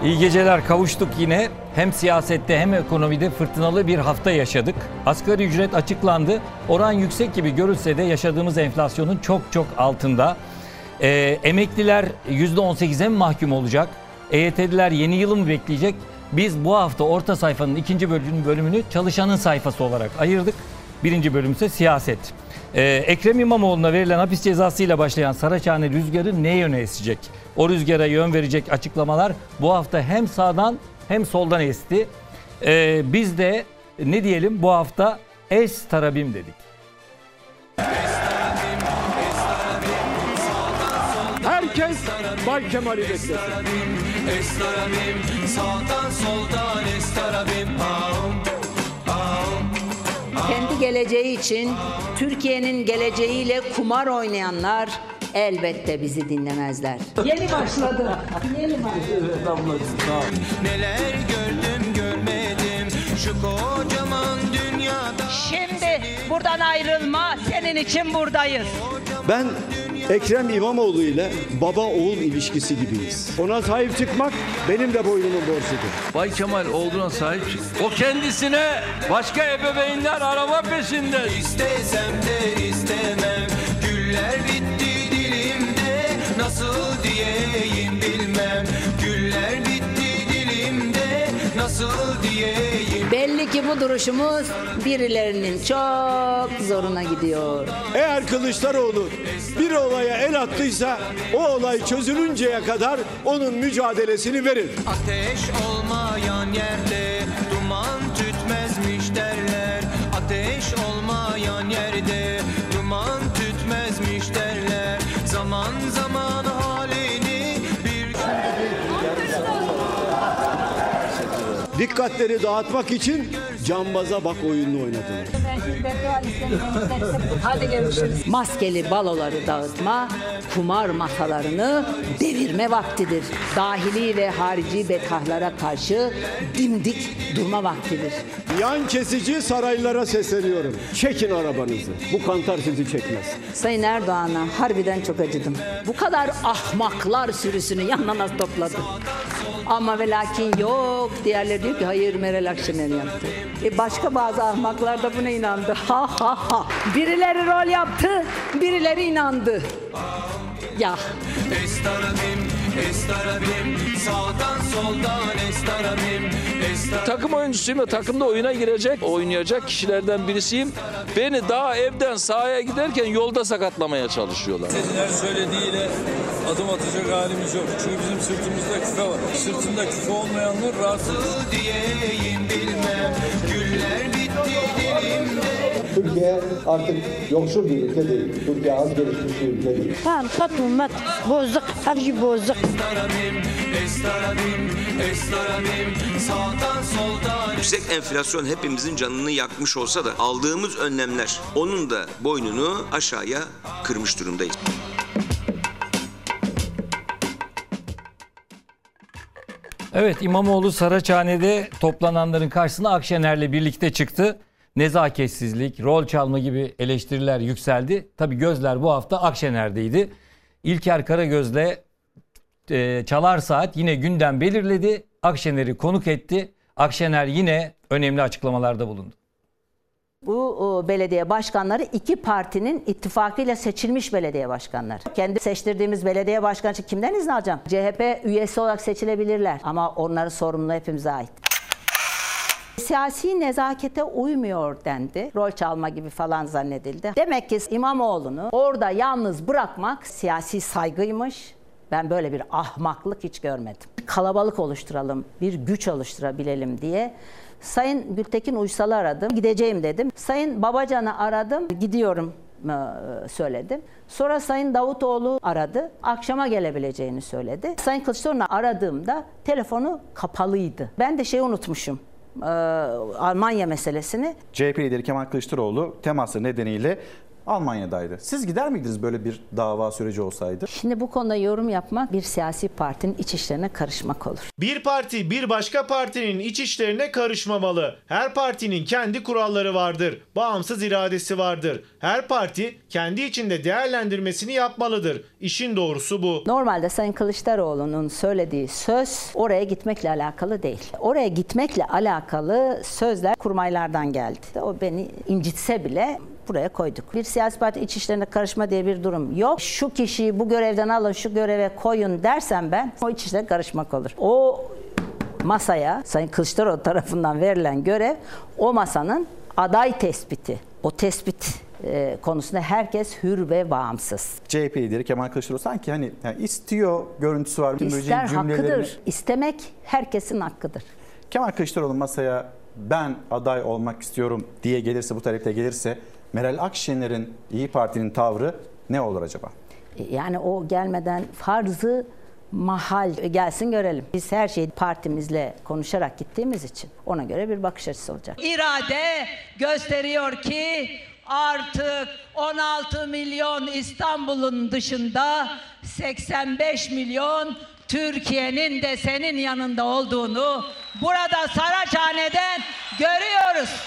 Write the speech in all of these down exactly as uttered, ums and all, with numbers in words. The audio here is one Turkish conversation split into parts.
İyi geceler, kavuştuk yine. Hem siyasette hem ekonomide fırtınalı bir hafta yaşadık. Asgari ücret açıklandı. Oran yüksek gibi görülse de yaşadığımız enflasyonun çok çok altında. Ee, emekliler yüzde on sekize mi mahkum olacak? E Y T'liler yeni yılı mı bekleyecek? Biz bu hafta orta sayfanın ikinci bölümünü çalışanın sayfası olarak ayırdık. Birinci bölüm ise siyaset. Ee, Ekrem İmamoğlu'na verilen hapis cezasıyla başlayan Saraçhane rüzgarı ne yöne esecek? O rüzgara yön verecek açıklamalar bu hafta hem sağdan hem soldan esti. Ee, biz de ne diyelim bu hafta es tarabim dedik. Herkes Bay Kemal'i beklesin. Kendi geleceği için Türkiye'nin geleceğiyle kumar oynayanlar elbette bizi dinlemezler. Yeni başladı. Yeni başladı. Neler gördüm görmedim şu kocaman dünyada. Şimdi buradan ayrılma, senin için buradayız. Ben Ekrem İmamoğlu ile baba oğul ilişkisi gibiyiz. Ona sahip çıkmak benim de boynumun borcudur. Bay Kemal oğluna sahip çık. O kendisine başka ebeveynler arama peşinde. İstesem de istemem, güller bitti dilimde, nasıl diyeyim bilmem. Güller bitti dilimde, nasıl diyeyim. Belli ki bu duruşumuz birilerinin çok zoruna gidiyor. Eğer Kılıçdaroğlu bir olaya el attıysa o olay çözülünceye kadar onun mücadelesini verin. Ateş olmayan yerde duman tütmezmiş derler. Ateş olmayan yerde duman tütmezmiş derler. Zaman zaman halini bir... Dikkatleri dağıtmak için cambaza bak oyununu oynadılar. Hadi görüşürüz. Maskeli baloları dağıtma, kumar masalarını devirme vaktidir. Dahili ve harici betahlara karşı dimdik durma vaktidir. Yan kesici saraylara sesleniyorum. Çekin arabanızı. Bu kantar sizi çekmez. Sayın Erdoğan'a harbiden çok acıdım. Bu kadar ahmaklar sürüsünü yanına nasıl topladı? Ama ve lakin yok. Diğerleri diyor ki hayır Meral Akşener yaptı. E başka bazı ahmaklar da buna inandı. Ha ha ha. Birileri rol yaptı, birileri inandı. Ya. Estarabim, estarabim, sağdan soldan estarabim, estarabim. Takım oyuncusuyum ve takımda oyuna girecek, oynayacak kişilerden birisiyim. Beni daha evden sahaya giderken yolda sakatlamaya çalışıyorlar. Her söylediğiyle adım atacak halimiz yok. Çünkü bizim sırtımızda küfe var. Sırtında küfe olmayanlar rahatsız. Diyeyim bilmem, güller bitti dilimde. Türkiye artık yoksul bir ülke değil. Türkiye az gelişmiş bir ülke değil. Tamam, katılmat, bozduk, her şey bozduk. Estarabim, estarabim, estarabim, sağdan soldan. Yüksek enflasyon hepimizin canını yakmış olsa da aldığımız önlemler onun da boynunu aşağıya kırmış durumdayız. Evet, İmamoğlu Saraçhane'de toplananların karşısına Akşener'le birlikte çıktı. Nezaketsizlik, rol çalma gibi eleştiriler yükseldi. Tabii gözler bu hafta Akşener'deydi. İlker Karagöz'le e, Çalar Saat yine gündem belirledi. Akşener'i konuk etti. Akşener yine önemli açıklamalarda bulundu. Bu o, belediye başkanları iki partinin ittifakıyla seçilmiş belediye başkanları. Kendi seçtirdiğimiz belediye başkanı için kimden izin alacağım? C H P üyesi olarak seçilebilirler ama onların sorumluluğu hepimize ait. Siyasi nezakete uymuyor dendi. Rol çalma gibi falan zannedildi. Demek ki İmamoğlu'nu orada yalnız bırakmak siyasi saygıymış. Ben böyle bir ahmaklık hiç görmedim. Kalabalık oluşturalım, bir güç oluşturabilelim diye Sayın Gültekin Uysal'ı aradım. Gideceğim dedim. Sayın Babacan'ı aradım. Gidiyorum söyledim. Sonra Sayın Davutoğlu aradı. Akşama gelebileceğini söyledi. Sayın Kılıçdaroğlu'nu aradığımda telefonu kapalıydı. Ben de şeyi unutmuşum. Almanya meselesini. C H P lideri Kemal Kılıçdaroğlu teması nedeniyle Almanya'daydı. Siz gider miydiniz böyle bir dava süreci olsaydı? Şimdi bu konuda yorum yapmak bir siyasi partinin iç işlerine karışmak olur. Bir parti bir başka partinin iç işlerine karışmamalı. Her partinin kendi kuralları vardır. Bağımsız iradesi vardır. Her parti kendi içinde değerlendirmesini yapmalıdır. İşin doğrusu bu. Normalde Sayın Kılıçdaroğlu'nun söylediği söz oraya gitmekle alakalı değil. Oraya gitmekle alakalı sözler kurmaylardan geldi. O beni incitse bile buraya koyduk. Bir siyasi parti iç işlerine karışma diye bir durum yok. Şu kişiyi bu görevden alın, şu göreve koyun dersem ben o iç işlerine karışmak olur. O masaya Sayın Kılıçdaroğlu tarafından verilen görev o masanın aday tespiti. O tespit e, konusunda herkes hür ve bağımsız. C H P lideri Kemal Kılıçdaroğlu sanki hani yani istiyor görüntüsü var. İster hakkıdır. İstemek herkesin hakkıdır. Kemal Kılıçdaroğlu masaya ben aday olmak istiyorum diye gelirse, bu taleple gelirse Meral Akşener'in İYİ Parti'nin tavrı ne olur acaba? Yani o gelmeden farzı mahal gelsin görelim. Biz her şeyi partimizle konuşarak gittiğimiz için ona göre bir bakış açısı olacak. İrade gösteriyor ki artık on altı milyon İstanbul'un dışında seksen beş milyon Türkiye'nin de senin yanında olduğunu burada Saraçhane'den görüyoruz.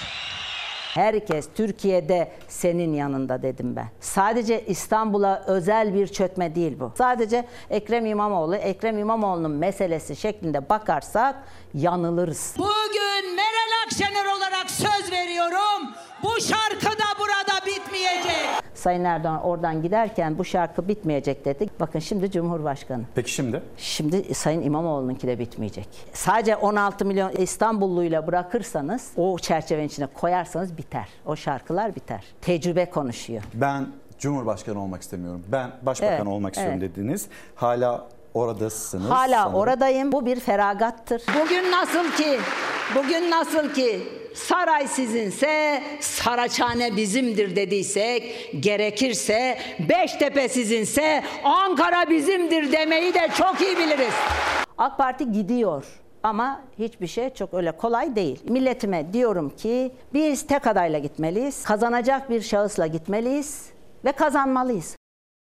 Herkes Türkiye'de senin yanında dedim ben. Sadece İstanbul'a özel bir çökme değil bu. Sadece Ekrem İmamoğlu, Ekrem İmamoğlu'nun meselesi şeklinde bakarsak yanılırız. Bugün Meral Akşener olarak söz veriyorum. Bu şarkı da burada bitmeyecek. Sayın Erdoğan oradan giderken bu şarkı bitmeyecek dedik. Bakın şimdi Cumhurbaşkanı. Peki şimdi? Şimdi Sayın İmamoğlu'nunki de bitmeyecek. Sadece on altı milyon İstanbulluyla bırakırsanız, o çerçevenin içine koyarsanız biter. O şarkılar biter. Tecrübe konuşuyor. Ben Cumhurbaşkanı olmak istemiyorum. Ben Başbakan evet, olmak istiyorum evet. dediniz. Hala oradasınız. Hala sanırım. oradayım. Bu bir feragattır. Bugün nasıl ki, bugün nasıl ki saray sizinse Saraçhane bizimdir dediysek, gerekirse Beştepe sizinse Ankara bizimdir demeyi de çok iyi biliriz. AK Parti gidiyor. Ama hiçbir şey çok öyle kolay değil. Milletime diyorum ki biz tek adayla gitmeliyiz. Kazanacak bir şahısla gitmeliyiz ve kazanmalıyız.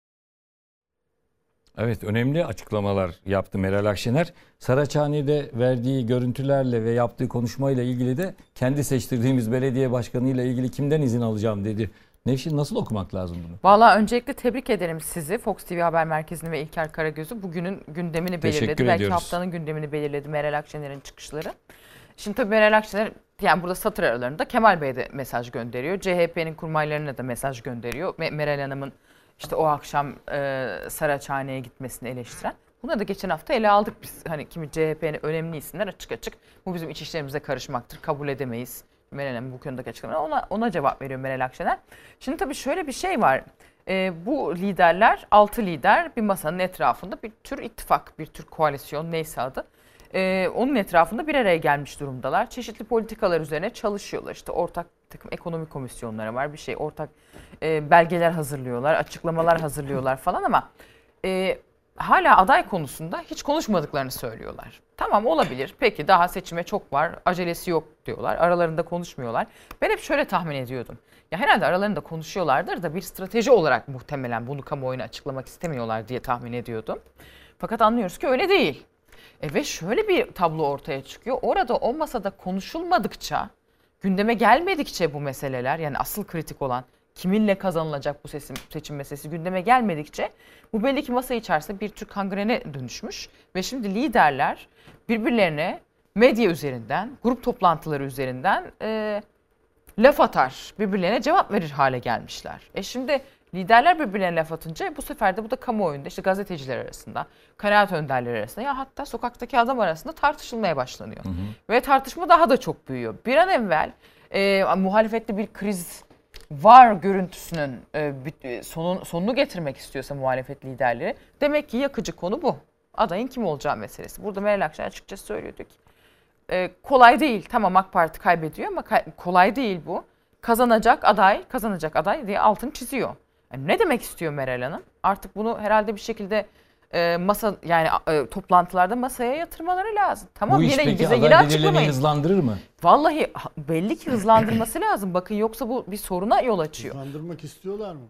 Evet, önemli açıklamalar yaptı Meral Akşener. Saraçhane'de verdiği görüntülerle ve yaptığı konuşmayla ilgili de kendi seçtirdiğimiz belediye başkanıyla ilgili kimden izin alacağım dedi. Nevşin, nasıl okumak lazım bunu? Valla öncelikle tebrik ederim sizi. Fox T V Haber Merkezi'ni ve İlker Karagöz'ü bugünün gündemini Teşekkür belirledi. Belki ediyoruz. haftanın gündemini belirledi Meral Akşener'in çıkışları. Şimdi tabii Meral Akşener yani burada satır aralarında Kemal Bey'e de mesaj gönderiyor. C H P'nin kurmaylarına da mesaj gönderiyor. Meral Hanım'ın işte o akşam e, Saraçhane'ye gitmesini eleştiren. Bunu da geçen hafta ele aldık biz. Hani kimi C H P'nin önemli isimler açık açık bu bizim iç işlerimize karışmaktır, kabul edemeyiz. Meral Hanım bu konudaki açıklamalar ona, ona cevap veriyor Meral Akşener. Şimdi tabii şöyle bir şey var. E, bu liderler, altı lider bir masanın etrafında bir tür ittifak, bir tür koalisyon neyse adı. Ee, onun etrafında bir araya gelmiş durumdalar. Çeşitli politikalar üzerine çalışıyorlar. İşte ortak takım ekonomik komisyonları var. Bir şey ortak e, belgeler hazırlıyorlar, açıklamalar hazırlıyorlar falan ama e, hala aday konusunda hiç konuşmadıklarını söylüyorlar. Tamam, olabilir. Peki daha seçime çok var. Acelesi yok diyorlar. Aralarında konuşmuyorlar. Ben hep şöyle tahmin ediyordum. Ya herhalde aralarında konuşuyorlardır da bir strateji olarak muhtemelen bunu kamuoyuna açıklamak istemiyorlar diye tahmin ediyordum. Fakat anlıyoruz ki öyle değil. E ve şöyle bir tablo ortaya çıkıyor. Orada o masada konuşulmadıkça, gündeme gelmedikçe bu meseleler, yani asıl kritik olan kiminle kazanılacak bu seçim, seçim meselesi gündeme gelmedikçe bu belli ki masa içerisinde bir tür kangrene dönüşmüş. Ve şimdi liderler birbirlerine medya üzerinden, grup toplantıları üzerinden e, laf atar, birbirlerine cevap verir hale gelmişler. E şimdi liderler birbirlerine laf atınca bu sefer de bu da kamuoyunda işte gazeteciler arasında, kanaat önderleri arasında ya hatta sokaktaki adam arasında tartışılmaya başlanıyor. Hı hı. Ve tartışma daha da çok büyüyor. Bir an evvel e, muhalefette bir kriz var görüntüsünün e, sonun, sonunu getirmek istiyorsa muhalefet liderleri, demek ki yakıcı konu bu. Adayın kim olacağı meselesi. Burada Meral Akşener açıkçası söylüyordu ki e, kolay değil. Tamam, AK Parti kaybediyor ama kay- kolay değil bu. Kazanacak aday, kazanacak aday diye altını çiziyor. Yani ne demek istiyor Meral Hanım? Artık bunu herhalde bir şekilde e, masa yani e, toplantılarda masaya yatırmaları lazım. Tamam, bu iş yine peki bize aday yine belirlemeyi açıklamayın. hızlandırır mı? Vallahi belli ki hızlandırması lazım. Bakın yoksa bu bir soruna yol açıyor. Hızlandırmak istiyorlar mı?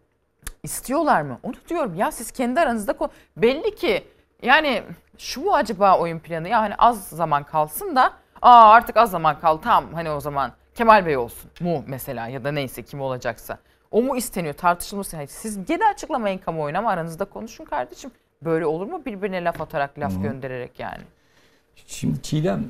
İstiyorlar mı? Onu diyorum ya, siz kendi aranızda ko- belli ki yani şu mu acaba oyun planı, ya hani az zaman kalsın da aa artık az zaman kaldı tamam hani o zaman Kemal Bey olsun mu mesela, ya da neyse kim olacaksa. O mu isteniyor, tartışılması? Yani siz gene açıklamayın kamuoyuna ama aranızda konuşun kardeşim. Böyle olur mu birbirine laf atarak, laf Hı-hı. göndererek yani? Şimdi Çiğdem,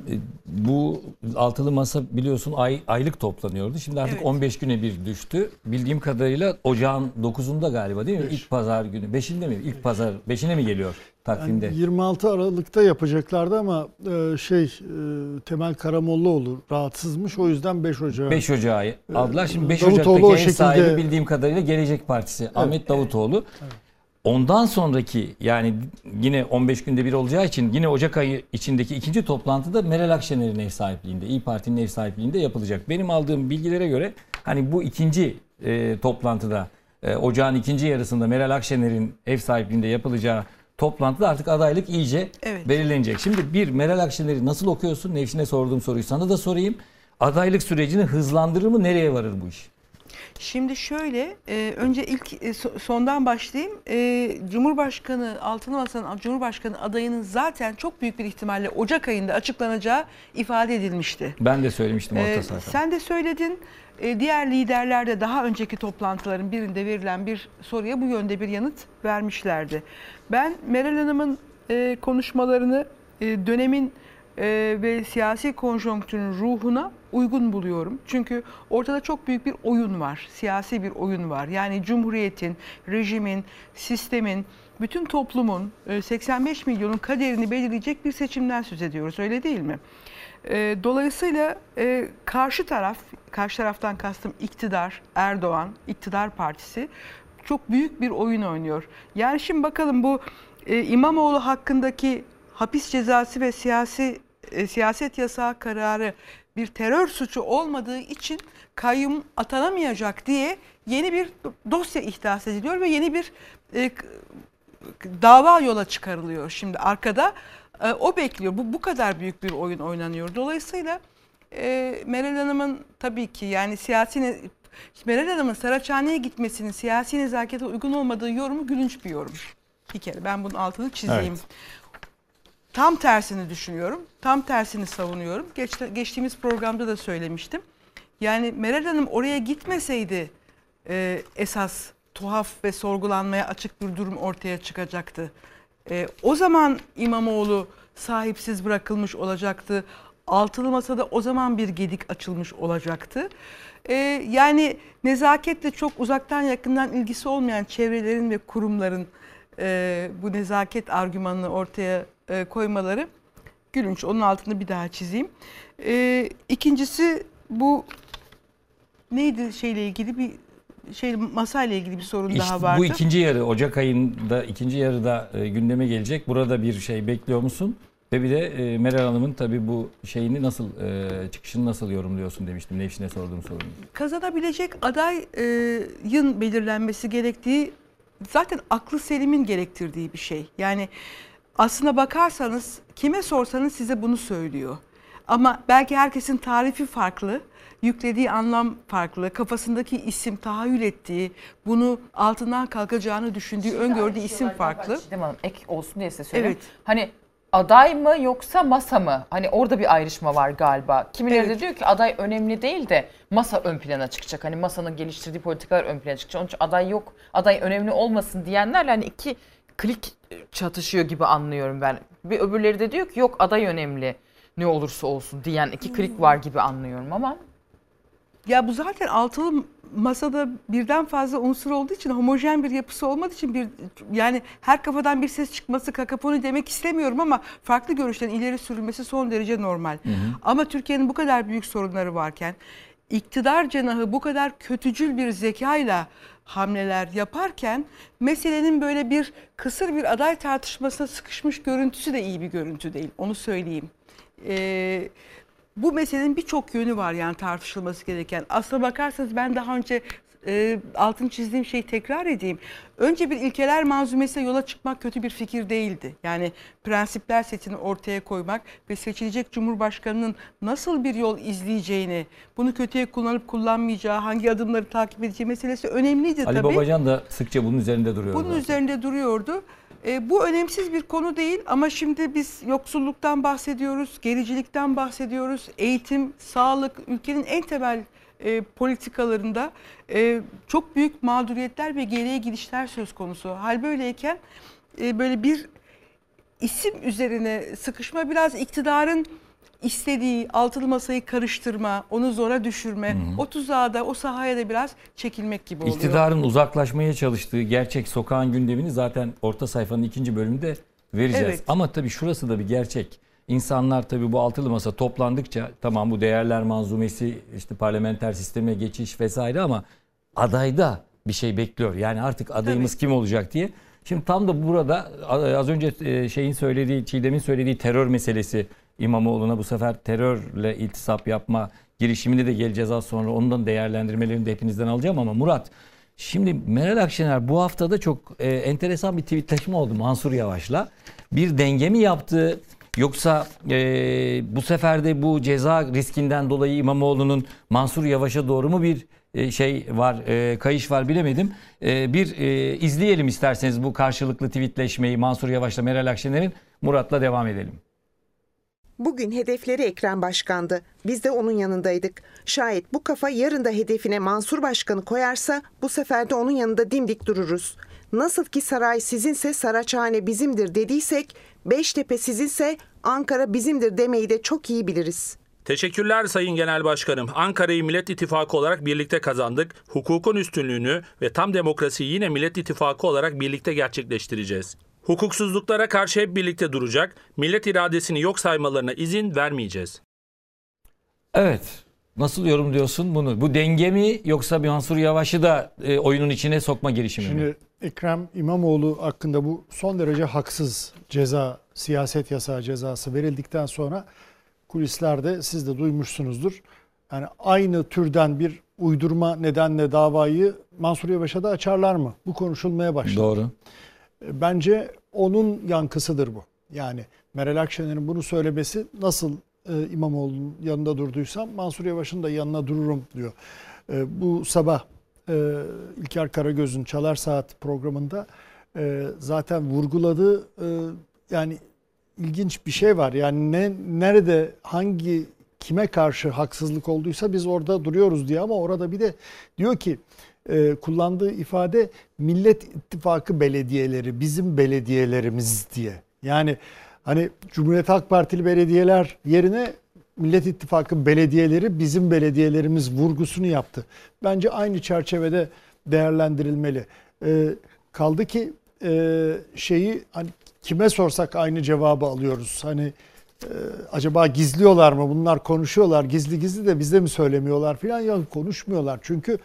bu altılı masa biliyorsun ay, aylık toplanıyordu. Şimdi artık evet. on beş güne bir düştü. Bildiğim kadarıyla ocağın dokuzunda galiba değil mi? Beş. İlk pazar günü. beşinde mi? İlk pazar beşine mi geliyor takvimde? Yani yirmi altı Aralık'ta yapacaklardı ama şey Temel Karamollaoğlu rahatsızmış. O yüzden beş Ocağı. beş Ocağı aldılar. Şimdi beş Ocak'taki ev şekilde... sahibi bildiğim kadarıyla Gelecek Partisi. Evet. Ahmet Davutoğlu. Evet. Ondan sonraki yani yine on beş günde bir olacağı için yine Ocak ayı içindeki ikinci toplantıda Meral Akşener'in ev sahipliğinde, İYİ Parti'nin ev sahipliğinde yapılacak. Benim aldığım bilgilere göre hani bu ikinci e, toplantıda e, ocağın ikinci yarısında Meral Akşener'in ev sahipliğinde yapılacağı toplantıda artık adaylık iyice evet. belirlenecek. Şimdi bir, Meral Akşener'i nasıl okuyorsun? Nevşin'e sorduğum soruyu sana da sorayım. Adaylık sürecini hızlandırır mı? Nereye varır bu iş? Şimdi şöyle, e, önce ilk e, sondan başlayayım. E, Cumhurbaşkanı, Altılı Masa'nın Cumhurbaşkanı adayının zaten çok büyük bir ihtimalle Ocak ayında açıklanacağı ifade edilmişti. Ben de söylemiştim orta sayfada. E, sen de söyledin. E, diğer liderler de daha önceki toplantıların birinde verilen bir soruya bu yönde bir yanıt vermişlerdi. Ben Meral Hanım'ın e, konuşmalarını e, dönemin e, ve siyasi konjonktürün ruhuna uygun buluyorum. Çünkü ortada çok büyük bir oyun var. Siyasi bir oyun var. Yani Cumhuriyet'in, rejimin, sistemin, bütün toplumun, seksen beş milyonun kaderini belirleyecek bir seçimden söz ediyoruz. Öyle değil mi? Dolayısıyla karşı taraf, karşı taraftan kastım iktidar, Erdoğan, iktidar partisi çok büyük bir oyun oynuyor. Yani şimdi bakalım bu İmamoğlu hakkındaki hapis cezası ve siyasi siyaset yasağı kararı bir terör suçu olmadığı için kayyum atanamayacak diye yeni bir dosya ihdas ediliyor ve yeni bir e, dava yola çıkarılıyor. Şimdi arkada e, o bekliyor. Bu bu kadar büyük bir oyun oynanıyor. Dolayısıyla e, Meral Hanım'ın tabii ki yani siyasi Meral Hanım'ın Saraçhane'ye gitmesinin siyasi nezakete uygun olmadığı yorumu gülünç bir yorum. Bir kere ben bunun altını çizeyim. Evet. Tam tersini düşünüyorum. Tam tersini savunuyorum. Geç, geçtiğimiz programda da söylemiştim. Yani Meral Hanım oraya gitmeseydi e, esas tuhaf ve sorgulanmaya açık bir durum ortaya çıkacaktı. E, o zaman İmamoğlu sahipsiz bırakılmış olacaktı. Altılı Masa'da o zaman bir gedik açılmış olacaktı. E, yani nezaketle çok uzaktan yakından ilgisi olmayan çevrelerin ve kurumların e, bu nezaket argümanını ortaya e, koymaları gülünç. Onun altını bir daha çizeyim. E, ikincisi bu neydi şeyle ilgili bir şey masayla ilgili bir sorun işte daha vardı. Bu ikinci yarı Ocak ayında ikinci yarıda e, gündeme gelecek. Burada bir şey bekliyor musun? Ve bir de e, Meral Hanım'ın tabii bu şeyini nasıl e, çıkışını nasıl yorumluyorsun demiştim Nevşin'e sorduğum soruyu. Kazanabilecek adayın belirlenmesi gerektiği zaten aklı selimin gerektirdiği bir şey. Yani aslına bakarsanız kime sorsanız size bunu söylüyor. Ama belki herkesin tarifi farklı, yüklediği anlam farklı, kafasındaki isim, tahayyül ettiği, bunu altından kalkacağını düşündüğü, şimdi öngördüğü isim farklı. Çiğdem Hanım ek olsun diye size söyleyeyim. Evet. Hani aday mı yoksa masa mı? Hani orada bir ayrışma var galiba. Kimileri evet. de diyor ki aday önemli değil de masa ön plana çıkacak. Hani masanın geliştirdiği politikalar ön plana çıkacak. Onun için aday yok, aday önemli olmasın diyenlerle hani iki klik çatışıyor gibi anlıyorum ben. Bir öbürleri de diyor ki yok aday önemli ne olursa olsun diyen iki klik var gibi anlıyorum ama. Ya bu zaten altılı masada birden fazla unsur olduğu için homojen bir yapısı olmadığı için bir yani her kafadan bir ses çıkması kakafoni demek istemiyorum ama farklı görüşlerin ileri sürülmesi son derece normal. Hı hı. Ama Türkiye'nin bu kadar büyük sorunları varken iktidar cenahı bu kadar kötücül bir zekayla hamleler yaparken meselenin böyle bir kısır bir aday tartışmasına sıkışmış görüntüsü de iyi bir görüntü değil. Onu söyleyeyim. Ee, bu meselenin birçok yönü var yani tartışılması gereken. Aslına bakarsanız ben daha önce e, altını çizdiğim şeyi tekrar edeyim. Önce bir ilkeler manzumesiyle yola çıkmak kötü bir fikir değildi. Yani prensipler setini ortaya koymak ve seçilecek Cumhurbaşkanı'nın nasıl bir yol izleyeceğini, bunu kötüye kullanıp kullanmayacağı, hangi adımları takip edeceği meselesi önemliydi Ali tabii. Ali Babacan da sıkça bunun üzerinde duruyordu. Bunun üzerinde duruyordu. E, bu önemsiz bir konu değil ama şimdi biz yoksulluktan bahsediyoruz, gericilikten bahsediyoruz, eğitim, sağlık, ülkenin en temel e, politikalarında e, çok büyük mağduriyetler ve geriye gidişler söz konusu. Hal böyleyken e, böyle bir isim üzerine sıkışma biraz iktidarın istediği altılı masayı karıştırma, onu zora düşürme, hı hı. o tuzağa da o sahaya da biraz çekilmek gibi oluyor. İktidarın uzaklaşmaya çalıştığı gerçek sokağın gündemini zaten orta sayfanın ikinci bölümünde vereceğiz. Evet. Ama tabii şurası da bir gerçek. İnsanlar tabii bu altılı masa toplandıkça tamam bu değerler manzumesi, işte parlamenter sisteme geçiş vesaire ama adayda bir şey bekliyor. Yani artık adayımız tabii. kim olacak diye. Şimdi tam da burada az önce şeyin söylediği, Çiğdem'in söylediği terör meselesi, İmamoğlu'na bu sefer terörle iltisap yapma girişimine de geleceğiz az sonra. Ondan değerlendirmelerini de hepinizden alacağım ama Murat, şimdi Meral Akşener bu haftada çok e, enteresan bir tweetleşme oldu Mansur Yavaş'la. Bir denge mi yaptı yoksa e, bu sefer de bu ceza riskinden dolayı İmamoğlu'nun Mansur Yavaş'a doğru mu bir e, şey var, e, kayış var bilemedim. E, bir e, izleyelim isterseniz bu karşılıklı tweetleşmeyi Mansur Yavaş'la Meral Akşener'in. Murat'la devam edelim. Bugün hedefleri Ekrem Başkan'dı. Biz de onun yanındaydık. Şayet bu kafa yarın da hedefine Mansur Başkan'ı koyarsa bu sefer de onun yanında dimdik dururuz. Nasıl ki saray sizinse Saraçhane bizimdir dediysek, Beştepe sizinse Ankara bizimdir demeyi de çok iyi biliriz. Teşekkürler Sayın Genel Başkanım. Ankara'yı Millet İttifakı olarak birlikte kazandık. Hukukun üstünlüğünü ve tam demokrasiyi yine Millet İttifakı olarak birlikte gerçekleştireceğiz. Hukuksuzluklara karşı hep birlikte duracak, millet iradesini yok saymalarına izin vermeyeceğiz. Evet, nasıl yorumluyorsun bunu? Bu denge mi yoksa bir Mansur Yavaş'ı da e, oyunun içine sokma girişimi Şimdi, mi? Şimdi Ekrem İmamoğlu hakkında bu son derece haksız ceza, siyaset yasağı cezası verildikten sonra kulislerde siz de duymuşsunuzdur. Yani aynı türden bir uydurma nedenle davayı Mansur Yavaş'a da açarlar mı? Bu konuşulmaya başladı. Doğru. Bence onun yankısıdır bu. Yani Meral Akşener'in bunu söylemesi nasıl e, İmamoğlu'nun yanında durduysam Mansur Yavaş'ın da yanına dururum diyor. E, bu sabah e, İlker Karagöz'ün Çalar Saat programında e, zaten vurguladığı e, yani ilginç bir şey var. Yani ne nerede hangi kime karşı haksızlık olduysa biz orada duruyoruz diye ama orada bir de diyor ki e, kullandığı ifade Millet İttifakı belediyeleri bizim belediyelerimiz diye. Yani hani Cumhuriyet Halk Partili belediyeler yerine Millet İttifakı belediyeleri bizim belediyelerimiz vurgusunu yaptı. Bence aynı çerçevede değerlendirilmeli. E, kaldı ki e, şeyi hani kime sorsak aynı cevabı alıyoruz. Hani e, acaba gizliyorlar mı? Bunlar konuşuyorlar gizli gizli de bize mi söylemiyorlar falan. Ya konuşmuyorlar. Çünkü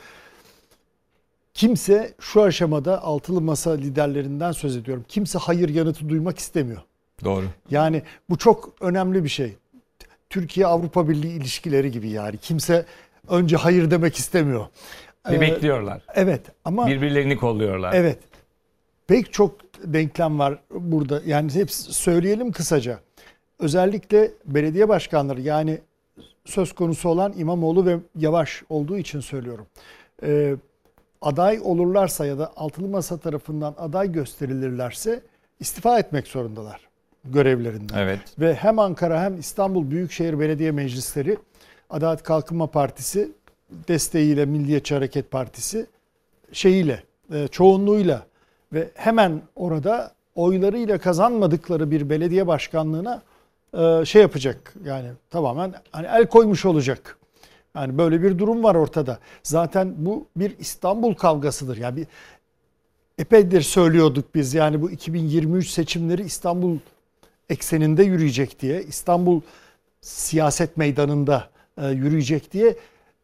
kimse şu aşamada altılı masa liderlerinden söz ediyorum. Kimse hayır yanıtı duymak istemiyor. Doğru. Yani bu çok önemli bir şey. Türkiye-Avrupa Birliği ilişkileri gibi yani. Kimse önce hayır demek istemiyor. Bir ee, bekliyorlar. Evet ama birbirlerini kolluyorlar. Evet. Pek çok denklem var burada. Yani hepsi söyleyelim kısaca. Özellikle belediye başkanları yani söz konusu olan İmamoğlu ve Yavaş olduğu için söylüyorum. Ee, aday olurlarsa ya da altılı masa tarafından aday gösterilirlerse istifa etmek zorundalar görevlerinden. Evet. Ve hem Ankara hem İstanbul Büyükşehir Belediye Meclisleri Adalet Kalkınma Partisi desteğiyle Milliyetçi Hareket Partisi şeyiyle çoğunluğuyla ve hemen orada oylarıyla kazanmadıkları bir belediye başkanlığına şey yapacak. Yani tamamen hani el koymuş olacak. Yani böyle bir durum var ortada. Zaten bu bir İstanbul kavgasıdır. Yani bir epeydir söylüyorduk biz. Yani bu iki bin yirmi üç seçimleri İstanbul ekseninde yürüyecek diye, İstanbul siyaset meydanında yürüyecek diye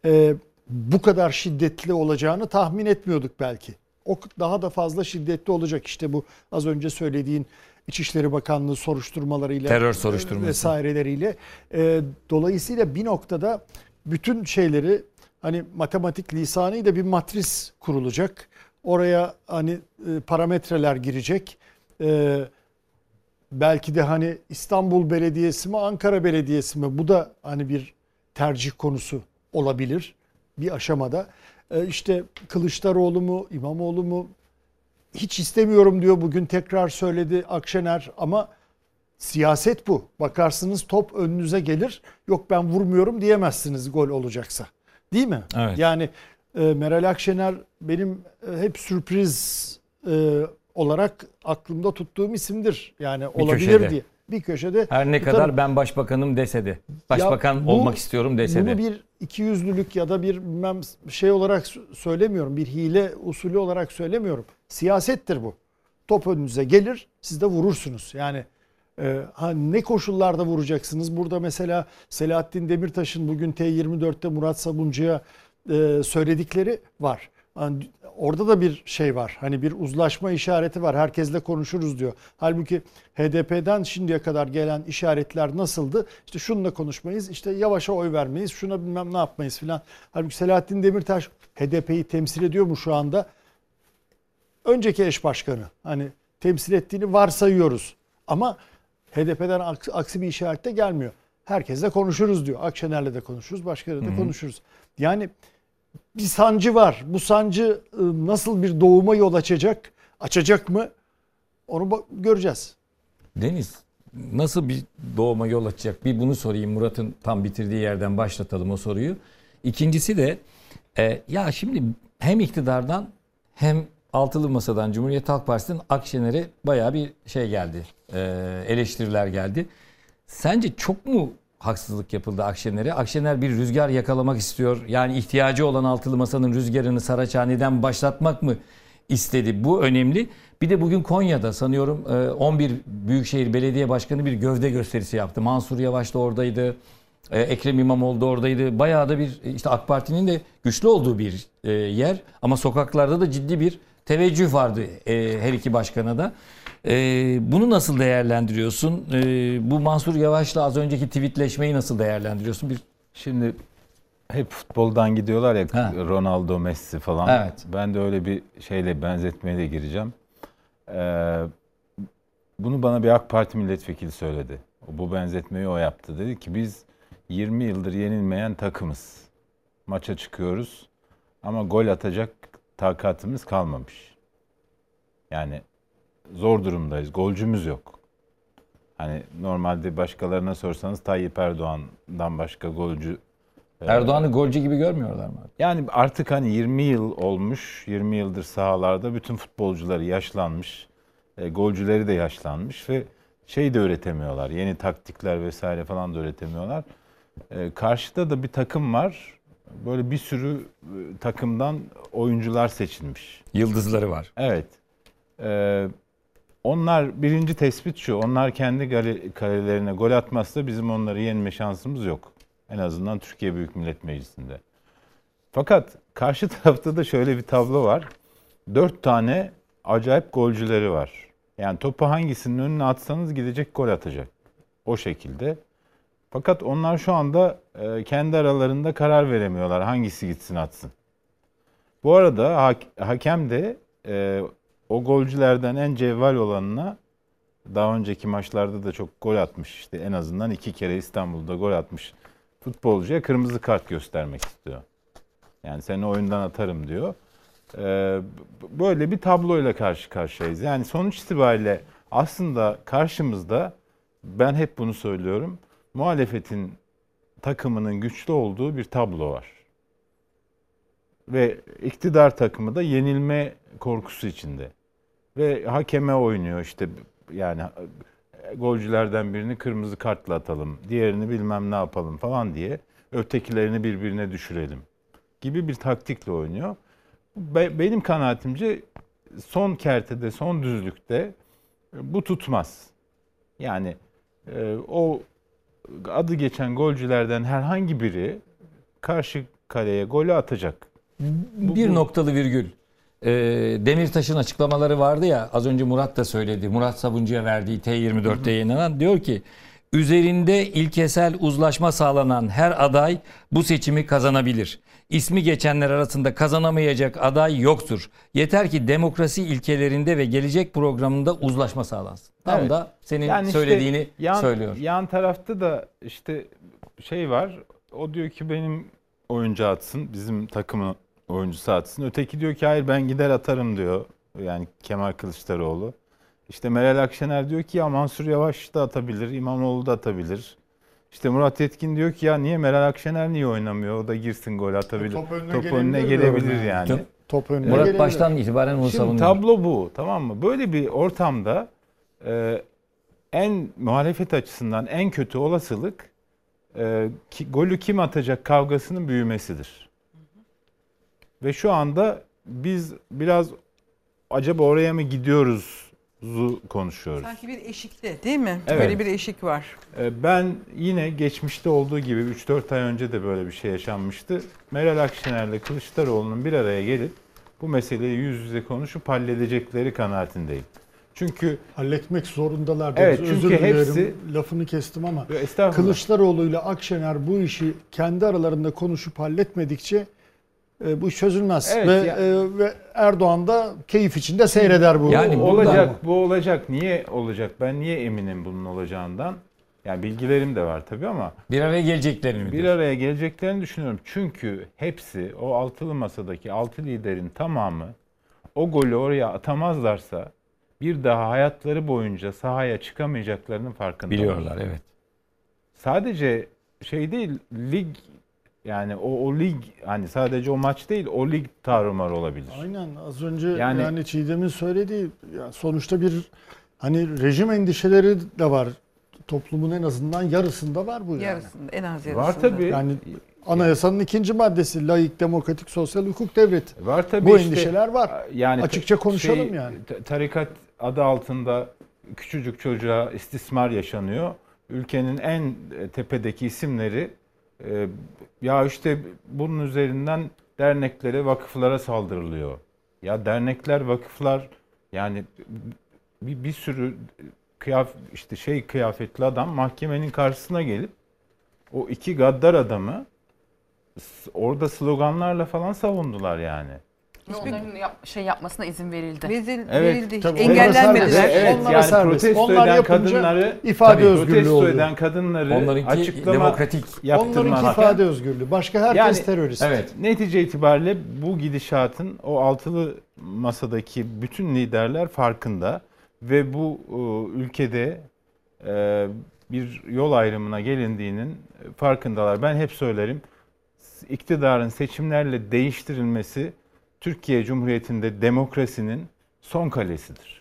bu kadar şiddetli olacağını tahmin etmiyorduk belki. O daha da fazla şiddetli olacak. İşte bu az önce söylediğin İçişleri Bakanlığı soruşturmalarıyla, terör soruşturması vesaireleriyle. Dolayısıyla bir noktada bütün şeyleri hani matematik lisanıyla bir matris kurulacak. Oraya hani e, parametreler girecek. E, belki de hani İstanbul Belediyesi mi, Ankara Belediyesi mi? Bu da hani bir tercih konusu olabilir bir aşamada. E, işte Kılıçdaroğlu mu, İmamoğlu mu? Hiç istemiyorum diyor, bugün tekrar söyledi Akşener, ama siyaset bu. Bakarsınız top önünüze gelir. Yok ben vurmuyorum diyemezsiniz gol olacaksa. Değil mi? Evet. Yani e, Meral Akşener benim e, hep sürpriz e, olarak aklımda tuttuğum isimdir. Yani Bir olabilir köşede. diye. Bir köşede. Her ne kadar ben başbakanım dese de, başbakan Ya bu- olmak istiyorum dese de. Bunu bir ikiyüzlülük ya da bir bilmem şey olarak söylemiyorum. Bir hile usulü olarak söylemiyorum. Siyasettir bu. Top önünüze gelir, siz de vurursunuz. Yani e, ha, ne koşullarda vuracaksınız? Burada mesela Selahattin Demirtaş'ın bugün T yirmi dörtte Murat Sabuncu'ya e, söyledikleri var. Yani orada da bir şey var. Hani bir uzlaşma işareti var. Herkesle konuşuruz diyor. Halbuki H D P'den şimdiye kadar gelen işaretler nasıldı? İşte şununla konuşmayız, işte Yavaş'a oy vermeyiz, şuna bilmem ne yapmayız filan. Halbuki Selahattin Demirtaş H D P'yi temsil ediyor mu şu anda? Önceki eş başkanı. Hani temsil ettiğini varsayıyoruz. Ama H D P'den aksi bir işaret de gelmiyor. Herkesle konuşuruz diyor. Akşener'le de konuşuruz, başkalarıyla da konuşuruz. Yani bir sancı var. Bu sancı nasıl bir doğuma yol açacak? Açacak mı? Onu göreceğiz. Deniz, nasıl bir doğuma yol açacak? Bir bunu sorayım. Murat'ın tam bitirdiği yerden başlatalım o soruyu. İkincisi de e, ya şimdi hem iktidardan hem Altılı Masa'dan, Cumhuriyet Halk Partisi'nin Akşener'e bayağı bir şey geldi. E, eleştiriler geldi. Sence çok mu haksızlık yapıldı Akşener'e? Akşener bir rüzgar yakalamak istiyor. Yani ihtiyacı olan Altılı Masa'nın rüzgarını Saraçhane'den başlatmak mı istedi? Bu önemli. Bir de bugün Konya'da sanıyorum on bir Büyükşehir Belediye Başkanı bir gövde gösterisi yaptı. Mansur Yavaş da oradaydı. Ekrem İmamoğlu da oradaydı. Bayağı da bir işte AK Parti'nin de güçlü olduğu bir yer. Ama sokaklarda da ciddi bir teveccüh vardı her iki başkana da. Ee, bunu nasıl değerlendiriyorsun? Ee, bu Mansur Yavaş'la az önceki tweetleşmeyi nasıl değerlendiriyorsun? Bir Şimdi hep futboldan gidiyorlar ya, ha. Ronaldo, Messi falan. Evet. Ben de öyle bir şeyle benzetmeye de gireceğim. Ee, bunu bana bir AK Parti milletvekili söyledi. Bu benzetmeyi o yaptı. Dedi ki biz yirmi yıldır yenilmeyen takımız. Maça çıkıyoruz ama gol atacak takatımız kalmamış. Yani zor durumdayız. Golcümüz yok. Hani normalde başkalarına sorsanız Tayyip Erdoğan'dan başka golcü... Erdoğan'ı golcü gibi görmüyorlar mı? Yani artık hani yirmi yıl olmuş, yirmi yıldır sahalarda bütün futbolcuları yaşlanmış, e, golcüleri de yaşlanmış ve şey de öğretemiyorlar. Yeni taktikler vesaire falan da öğretemiyorlar. E, karşıda da bir takım var. Böyle bir sürü e, takımdan oyuncular seçilmiş. Yıldızları var. Evet. Evet. Onlar birinci tespit şu, onlar kendi kalelerine gol atmazsa bizim onları yenme şansımız yok. En azından Türkiye Büyük Millet Meclisi'nde. Fakat karşı tarafta da şöyle bir tablo var. Dört tane acayip golcüleri var. Yani topu hangisinin önüne atsanız gidecek, gol atacak. O şekilde. Fakat onlar şu anda kendi aralarında karar veremiyorlar hangisi gitsin atsın. Bu arada hakem de o golcülerden en cevval olanına, daha önceki maçlarda da çok gol atmış, işte en azından iki kere İstanbul'da gol atmış futbolcuya kırmızı kart göstermek istiyor. Yani seni oyundan atarım diyor. Ee, böyle bir tabloyla karşı karşıyayız. Yani sonuç itibariyle aslında karşımızda, ben hep bunu söylüyorum, muhalefetin takımının güçlü olduğu bir tablo var. Ve iktidar takımı da yenilme korkusu içinde. Ve hakeme oynuyor, işte yani golcülerden birini kırmızı kartla atalım, diğerini bilmem ne yapalım falan diye, ötekilerini birbirine düşürelim gibi bir taktikle oynuyor. Benim kanaatimce son kertede, son düzlükte bu tutmaz. Yani o adı geçen golcülerden herhangi biri karşı kaleye golü atacak. Bir noktalı virgül. E, Demirtaş'ın açıklamaları vardı ya, az önce Murat da söyledi. Murat Sabuncu'ya verdiği T yirmi dörtte yayınlanan, diyor ki üzerinde ilkesel uzlaşma sağlanan her aday bu seçimi kazanabilir. İsmi geçenler arasında kazanamayacak aday yoktur. Yeter ki demokrasi ilkelerinde ve gelecek programında uzlaşma sağlansın. Tam Evet. da senin Yani işte söylediğini yan, söylüyor. Yan tarafta da işte şey var. O diyor ki benim oyuncu atsın, bizim takımın oyuncusu atsın. Öteki diyor ki hayır ben gider atarım diyor. Yani Kemal Kılıçdaroğlu. İşte Meral Akşener diyor ki ya Mansur Yavaş da atabilir, İmamoğlu da atabilir. İşte Murat Yetkin diyor ki ya niye Meral Akşener niye oynamıyor? O da girsin gol atabilir. Top önüne Top gelebilir önüne diyorum gelebilir yani. yani. Top önüne Murat gelebilir. baştan itibaren onu Şimdi savunuyor. tablo bu, tamam mı? Böyle bir ortamda e, en muhalefet açısından en kötü olasılık e, ki, golü kim atacak kavgasının büyümesidir. Ve şu anda biz biraz acaba oraya mı gidiyoruz konuşuyoruz. Sanki bir eşikte değil mi? Evet. Böyle bir eşik var. E, ben yine geçmişte olduğu gibi üç dört ay önce de böyle bir şey yaşanmıştı. Meral Akşener'le Kılıçdaroğlu'nun bir araya gelip bu meseleyi yüz yüze konuşup halledecekleri kanaatindeyim. Çünkü halletmek zorundalar. Evet, Özür çünkü dilerim, hepsi lafını kestim ama Estağfurullah. Kılıçdaroğlu ile Akşener bu işi kendi aralarında konuşup halletmedikçe e, bu iş çözülmez. Evet, ve, ya- e, ve Erdoğan da keyif içinde seyreder bu. Yani olacak, bu olacak. Niye olacak? Ben niye eminim bunun olacağından? Yani bilgilerim de var tabii ama bir araya geleceklerini mi bir diyorsun? araya geleceklerini düşünüyorum. Çünkü hepsi o altılı masadaki altı liderin tamamı o golü oraya atamazlarsa bir daha hayatları boyunca sahaya çıkamayacaklarının farkındalar. Biliyorlar, evet. Sadece şey değil, lig yani o, o lig hani sadece o maç değil, o lig tarumar olabilir. Aynen, az önce yani, Yani- Çiğdem'in söylediği ya sonuçta bir hani rejim endişeleri de var. Toplumun en azından yarısında var bu yani. Yarısında, en az yarısında. Var tabii. Yani anayasanın ikinci maddesi laik, demokratik, sosyal hukuk devleti. Var tabii Bu işte, endişeler var. Yani Açıkça konuşalım şey, yani. t- Tarikat adı altında küçücük çocuğa istismar yaşanıyor. Ülkenin en tepedeki isimleri e, ya işte bunun üzerinden derneklere, vakıflara saldırılıyor. Ya dernekler, vakıflar yani bir, bir sürü kıyaf işte şey kıyafetli adam mahkemenin karşısına gelip o iki gaddar adamı s- orada sloganlarla falan savundular yani. Ve onların yap- şey yapmasına izin verildi. Vezil, Evet. verildi. Tabii, Engellenmediler. onlara Evet, Onlara yani serbest. protesto Onlar eden yapınca kadınları ifade tabii, özgürlüğü protesto oluyor. eden kadınları Onlarınki açıklama demokratik. yaptırmak. Onlarınki ifade özgürlüğü. Başka herkes Yani, terörist. Evet. Netice itibariyle bu gidişatın o altılı masadaki bütün liderler farkında ve bu e, ülkede e, bir yol ayrımına gelindiğinin farkındalar. Ben hep söylerim, iktidarın seçimlerle değiştirilmesi Türkiye Cumhuriyeti'nde demokrasinin son kalesidir.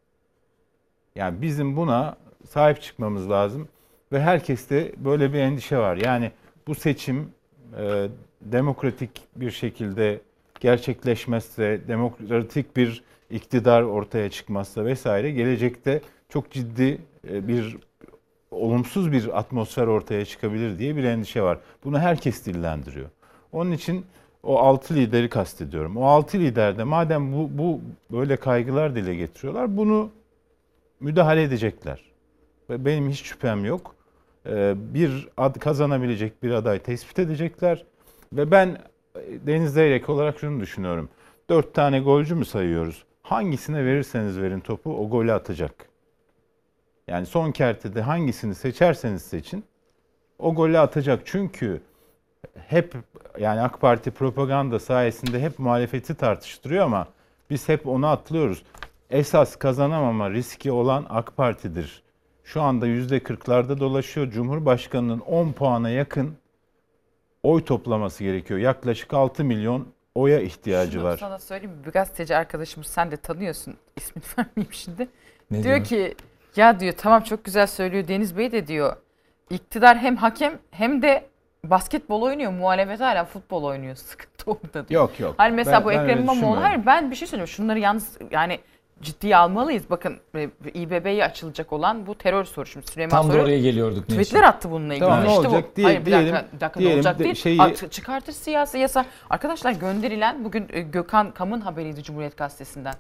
Yani bizim buna sahip çıkmamız lazım ve herkeste böyle bir endişe var. Yani bu seçim e, demokratik bir şekilde gerçekleşmezse, demokratik bir iktidar ortaya çıkmazsa vesaire gelecekte çok ciddi e, bir olumsuz bir atmosfer ortaya çıkabilir diye bir endişe var. Bunu herkes dillendiriyor. Onun için o altı lideri kastediyorum. O altı lider de madem bu, bu böyle kaygılar dile getiriyorlar, bunu müdahale edecekler. Ve benim hiç şüphem yok. Ee, bir ad kazanabilecek bir aday tespit edecekler. Ve ben Deniz Zeyrek olarak şunu düşünüyorum. Dört tane golcü mü sayıyoruz? Hangisine verirseniz verin topu o golü atacak. Yani son kertede hangisini seçerseniz seçin o golü atacak. Çünkü hep yani AK Parti propaganda sayesinde hep muhalefeti tartıştırıyor ama biz hep onu atlıyoruz. Esas kazanamama riski olan AK Parti'dir. Şu anda yüzde kırklarda dolaşıyor. Cumhurbaşkanının on puana yakın oy toplaması gerekiyor. Yaklaşık altı milyon oya ihtiyacı Şunu var. sana söyleyeyim mi? Bir gazeteci arkadaşımız, sen de tanıyorsun, ismini vermeyeyim şimdi. Ne diyor diyor? ki ya diyor tamam çok güzel söylüyor Deniz Bey de diyor. İktidar hem hakem hem de basketbol oynuyor. Muhalefet hala futbol oynuyor. Sıkıntı orada diyor. Yok yok. Hani mesela Ben- bu ben Ekrem öyle İmamoğlu, düşünmüyorum. hayır ben bir şey söylüyorum. Şunları yalnız yani ciddiye almalıyız. Bakın e, İBB'ye açılacak olan bu terör soru. Şimdi Süleyman Tam da Soylu oraya geliyorduk. Neşe. tweetler attı bununla ilgili. Tamam, ne İşte bu- olacak diye- hayır bir diyelim- dakika, bir dakika ne diyelim olacak de değil. şeyi- At- çıkartır siyasi yasa. Arkadaşlar gönderilen bugün e, Gökhan Kam'ın haberiydi Cumhuriyet Gazetesi'nden.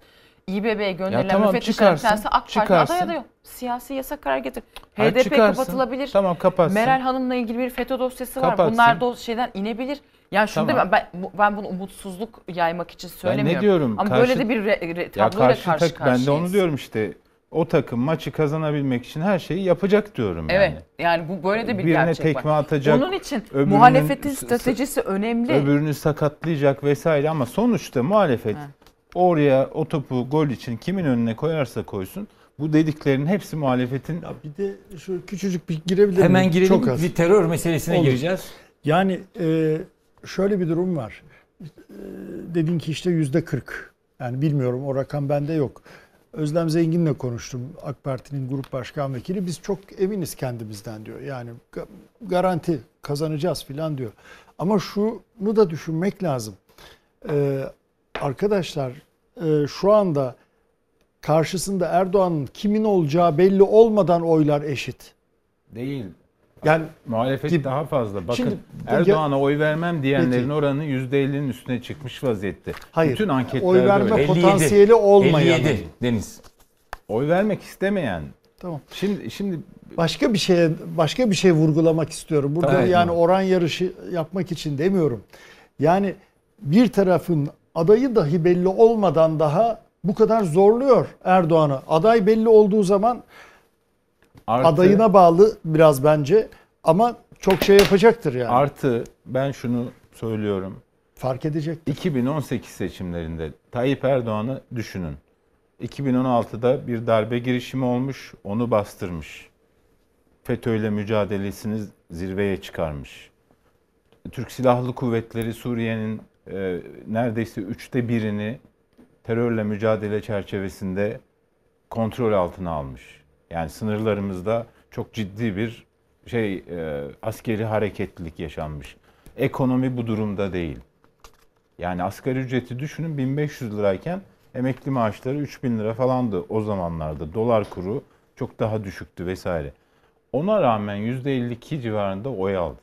İBB'ye gönderilen Ya tamam, müfettişlerin bir çıkarsın, tanesi AK Parti çıkarsın. aday adayı. Siyasi yasak karar getir. Hayır, H D P çıkarsın. kapatılabilir. Tamam, kapatsın. Meral Hanım'la ilgili bir FETÖ dosyası var. Kapatsın. Bunlar da o şeyden inebilir. Yani şunu Tamam. demem, ben, ben bunu umutsuzluk yaymak için söylemiyorum. Ben ne diyorum? Ama Karşı- böyle de bir re, re, Ya tabloyla karşı karşı tak- karşıyayız. Ben de onu diyorum işte. O takım maçı kazanabilmek için her şeyi yapacak diyorum Evet. yani. Yani bu böyle de bir Birine gerçek tekme var. atacak, Onun için öbürünün muhalefetin s- stratejisi önemli. Öbürünü sakatlayacak vesaire ama sonuçta muhalefet Ha. oraya o topu gol için kimin önüne koyarsa koysun bu dediklerinin hepsi muhalefetin. Bir de şu küçücük bir girebilir Hemen miyim? girelim, Çok az. bir terör meselesine Olur. gireceğiz. Yani e, şöyle bir durum var. E, dedin ki işte yüzde kırk. Yani bilmiyorum, o rakam bende yok. Özlem Zengin'le konuştum. AK Parti'nin grup başkan vekili. Biz çok eminiz kendimizden diyor. Yani ga- garanti kazanacağız filan diyor. Ama şunu da düşünmek lazım. Ee, arkadaşlar e, şu anda karşısında Erdoğan'ın kimin olacağı belli olmadan oylar eşit. Değil. Yani muhalefet Şimdi- daha fazla. Bakın Şimdi- Erdoğan'a oy vermem diyenlerin Peki. oranı yüzde ellinin üstüne çıkmış vaziyette. Hayır, Bütün anketlerde oy verme öyle. potansiyeli olmayan. elli yedi Deniz. Oy vermek istemeyen. Tamam. Şimdi şimdi Başka bir şeye başka bir şey vurgulamak istiyorum. Burada Tamam. yani oran yarışı yapmak için demiyorum. Yani bir tarafın adayı dahi belli olmadan daha bu kadar zorluyor Erdoğan'ı. Aday belli olduğu zaman Artı- adayına bağlı biraz bence ama çok şey yapacaktır yani. Artı ben şunu söylüyorum. Fark edecek. iki bin on sekiz seçimlerinde Tayyip Erdoğan'ı düşünün. iki bin on altıda bir darbe girişimi olmuş, onu bastırmış. FETÖ'yle mücadelesini zirveye çıkarmış. Türk Silahlı Kuvvetleri Suriye'nin e, neredeyse üçte birini terörle mücadele çerçevesinde kontrol altına almış. Yani sınırlarımızda çok ciddi bir şey e, askeri hareketlilik yaşanmış. Ekonomi bu durumda değil. Yani asgari ücreti düşünün bin beş yüz lirayken emekli maaşları üç bin lira falandı o zamanlarda. Dolar kuru çok daha düşüktü vesaire. Ona rağmen yüzde elli iki civarında oy aldı.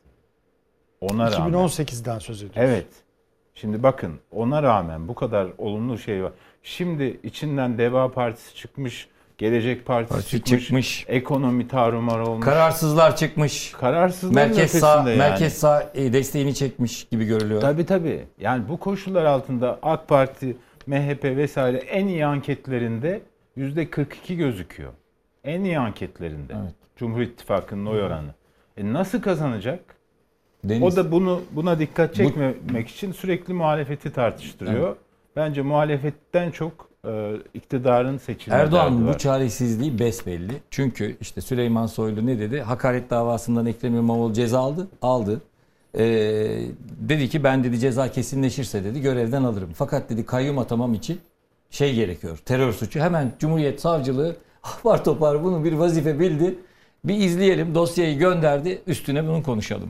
Ona iki bin on rağmen. sekizden söz ediyoruz. Evet. Şimdi bakın ona rağmen bu kadar olumlu şey var. Şimdi içinden Deva Partisi çıkmış, Gelecek Partisi Parti çıkmış, çıkmış. ekonomi tarumar olmuş. Kararsızlar çıkmış. Kararsızların merkez sağ, ötesinde yani. merkez sağ e, desteğini çekmiş gibi görülüyor. Tabii tabii. Yani bu koşullar altında AK Parti, M H P vesaire en iyi anketlerinde yüzde kırk iki gözüküyor. En iyi anketlerinde. Evet. Cumhur İttifakı'nın oy oranı. E nasıl kazanacak? Deniz. O da bunu buna dikkat çekmemek için sürekli muhalefeti tartıştırıyor. Evet. Bence muhalefetten çok e, iktidarın seçilme derdi Erdoğan'ın bu var. çaresizliği besbelli. Çünkü işte Süleyman Soylu ne dedi? Hakaret davasından Ekrem İmamoğlu ceza aldı. Aldı. Ee, dedi ki ben dedi ceza kesinleşirse dedi görevden alırım. Fakat dedi kayyum atamam için şey gerekiyor. Terör suçu. Hemen Cumhuriyet Savcılığı apar topar bunu bir vazife bildi. Bir izleyelim. Dosyayı gönderdi. Üstüne bunu konuşalım.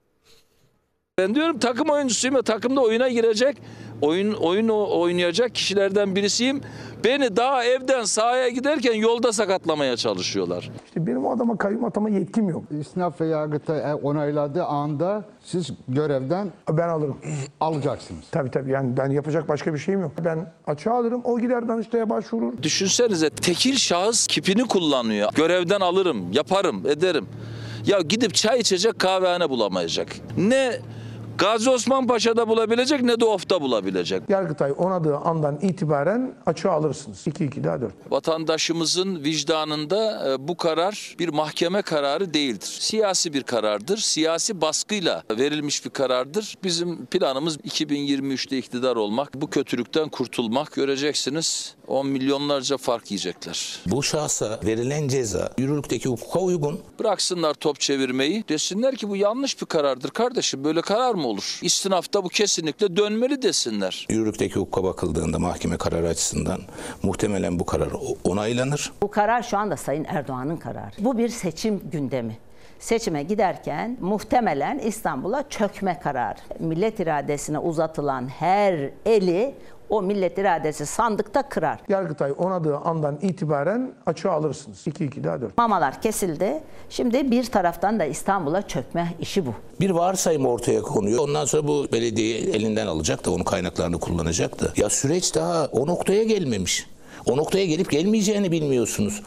Ben diyorum takım oyuncusuyum ve takımda oyuna girecek, oyun oyun oynayacak kişilerden birisiyim. Beni daha evden sahaya giderken yolda sakatlamaya çalışıyorlar. İşte benim o adama kayyum atama yetkim yok. İstinaf ve Yargıtay onayladığı anda siz görevden ben alırım. Alacaksınız. Tabii tabii yani ben yapacak başka bir şeyim yok. Ben açığa alırım, o gider Danıştay'a başvurur. Düşünsenize tekil şahıs kipini kullanıyor. Görevden alırım, yaparım, ederim. Ya gidip çay içecek kahvehane bulamayacak. Ne Gazi Osman Paşa'da bulabilecek ne de Of'ta bulabilecek. Yargıtay onadığı andan itibaren açığa alırsınız. iki iki daha dört. Vatandaşımızın vicdanında e, bu karar bir mahkeme kararı değildir. Siyasi bir karardır. Siyasi baskıyla verilmiş bir karardır. Bizim planımız iki bin yirmi üçte iktidar olmak. Bu kötülükten kurtulmak. Göreceksiniz on milyonlarca fark yiyecekler. Bu şahsa verilen ceza yürürlükteki hukuka uygun. Bıraksınlar top çevirmeyi. Desinler ki bu yanlış bir karardır kardeşim. Böyle karar mı olur? İstinafta bu kesinlikle dönmeli desinler. Yürürlükteki hukuka bakıldığında mahkeme kararı açısından muhtemelen bu karar onaylanır. Bu karar şu anda Sayın Erdoğan'ın kararı. Bu bir seçim gündemi. Seçime giderken muhtemelen İstanbul'a çökme kararı. Millet iradesine uzatılan her eli o millet iradesi sandıkta kırar. Yargıtay onadığı andan itibaren açığa alırsınız. iki iki daha dört. Mamalar kesildi. Şimdi bir taraftan da İstanbul'a çökme işi bu. Bir varsayım ortaya konuyor. Ondan sonra bu belediye elinden alacak da onun kaynaklarını kullanacak da. Ya süreç daha o noktaya gelmemiş. O noktaya gelip gelmeyeceğini bilmiyorsunuz.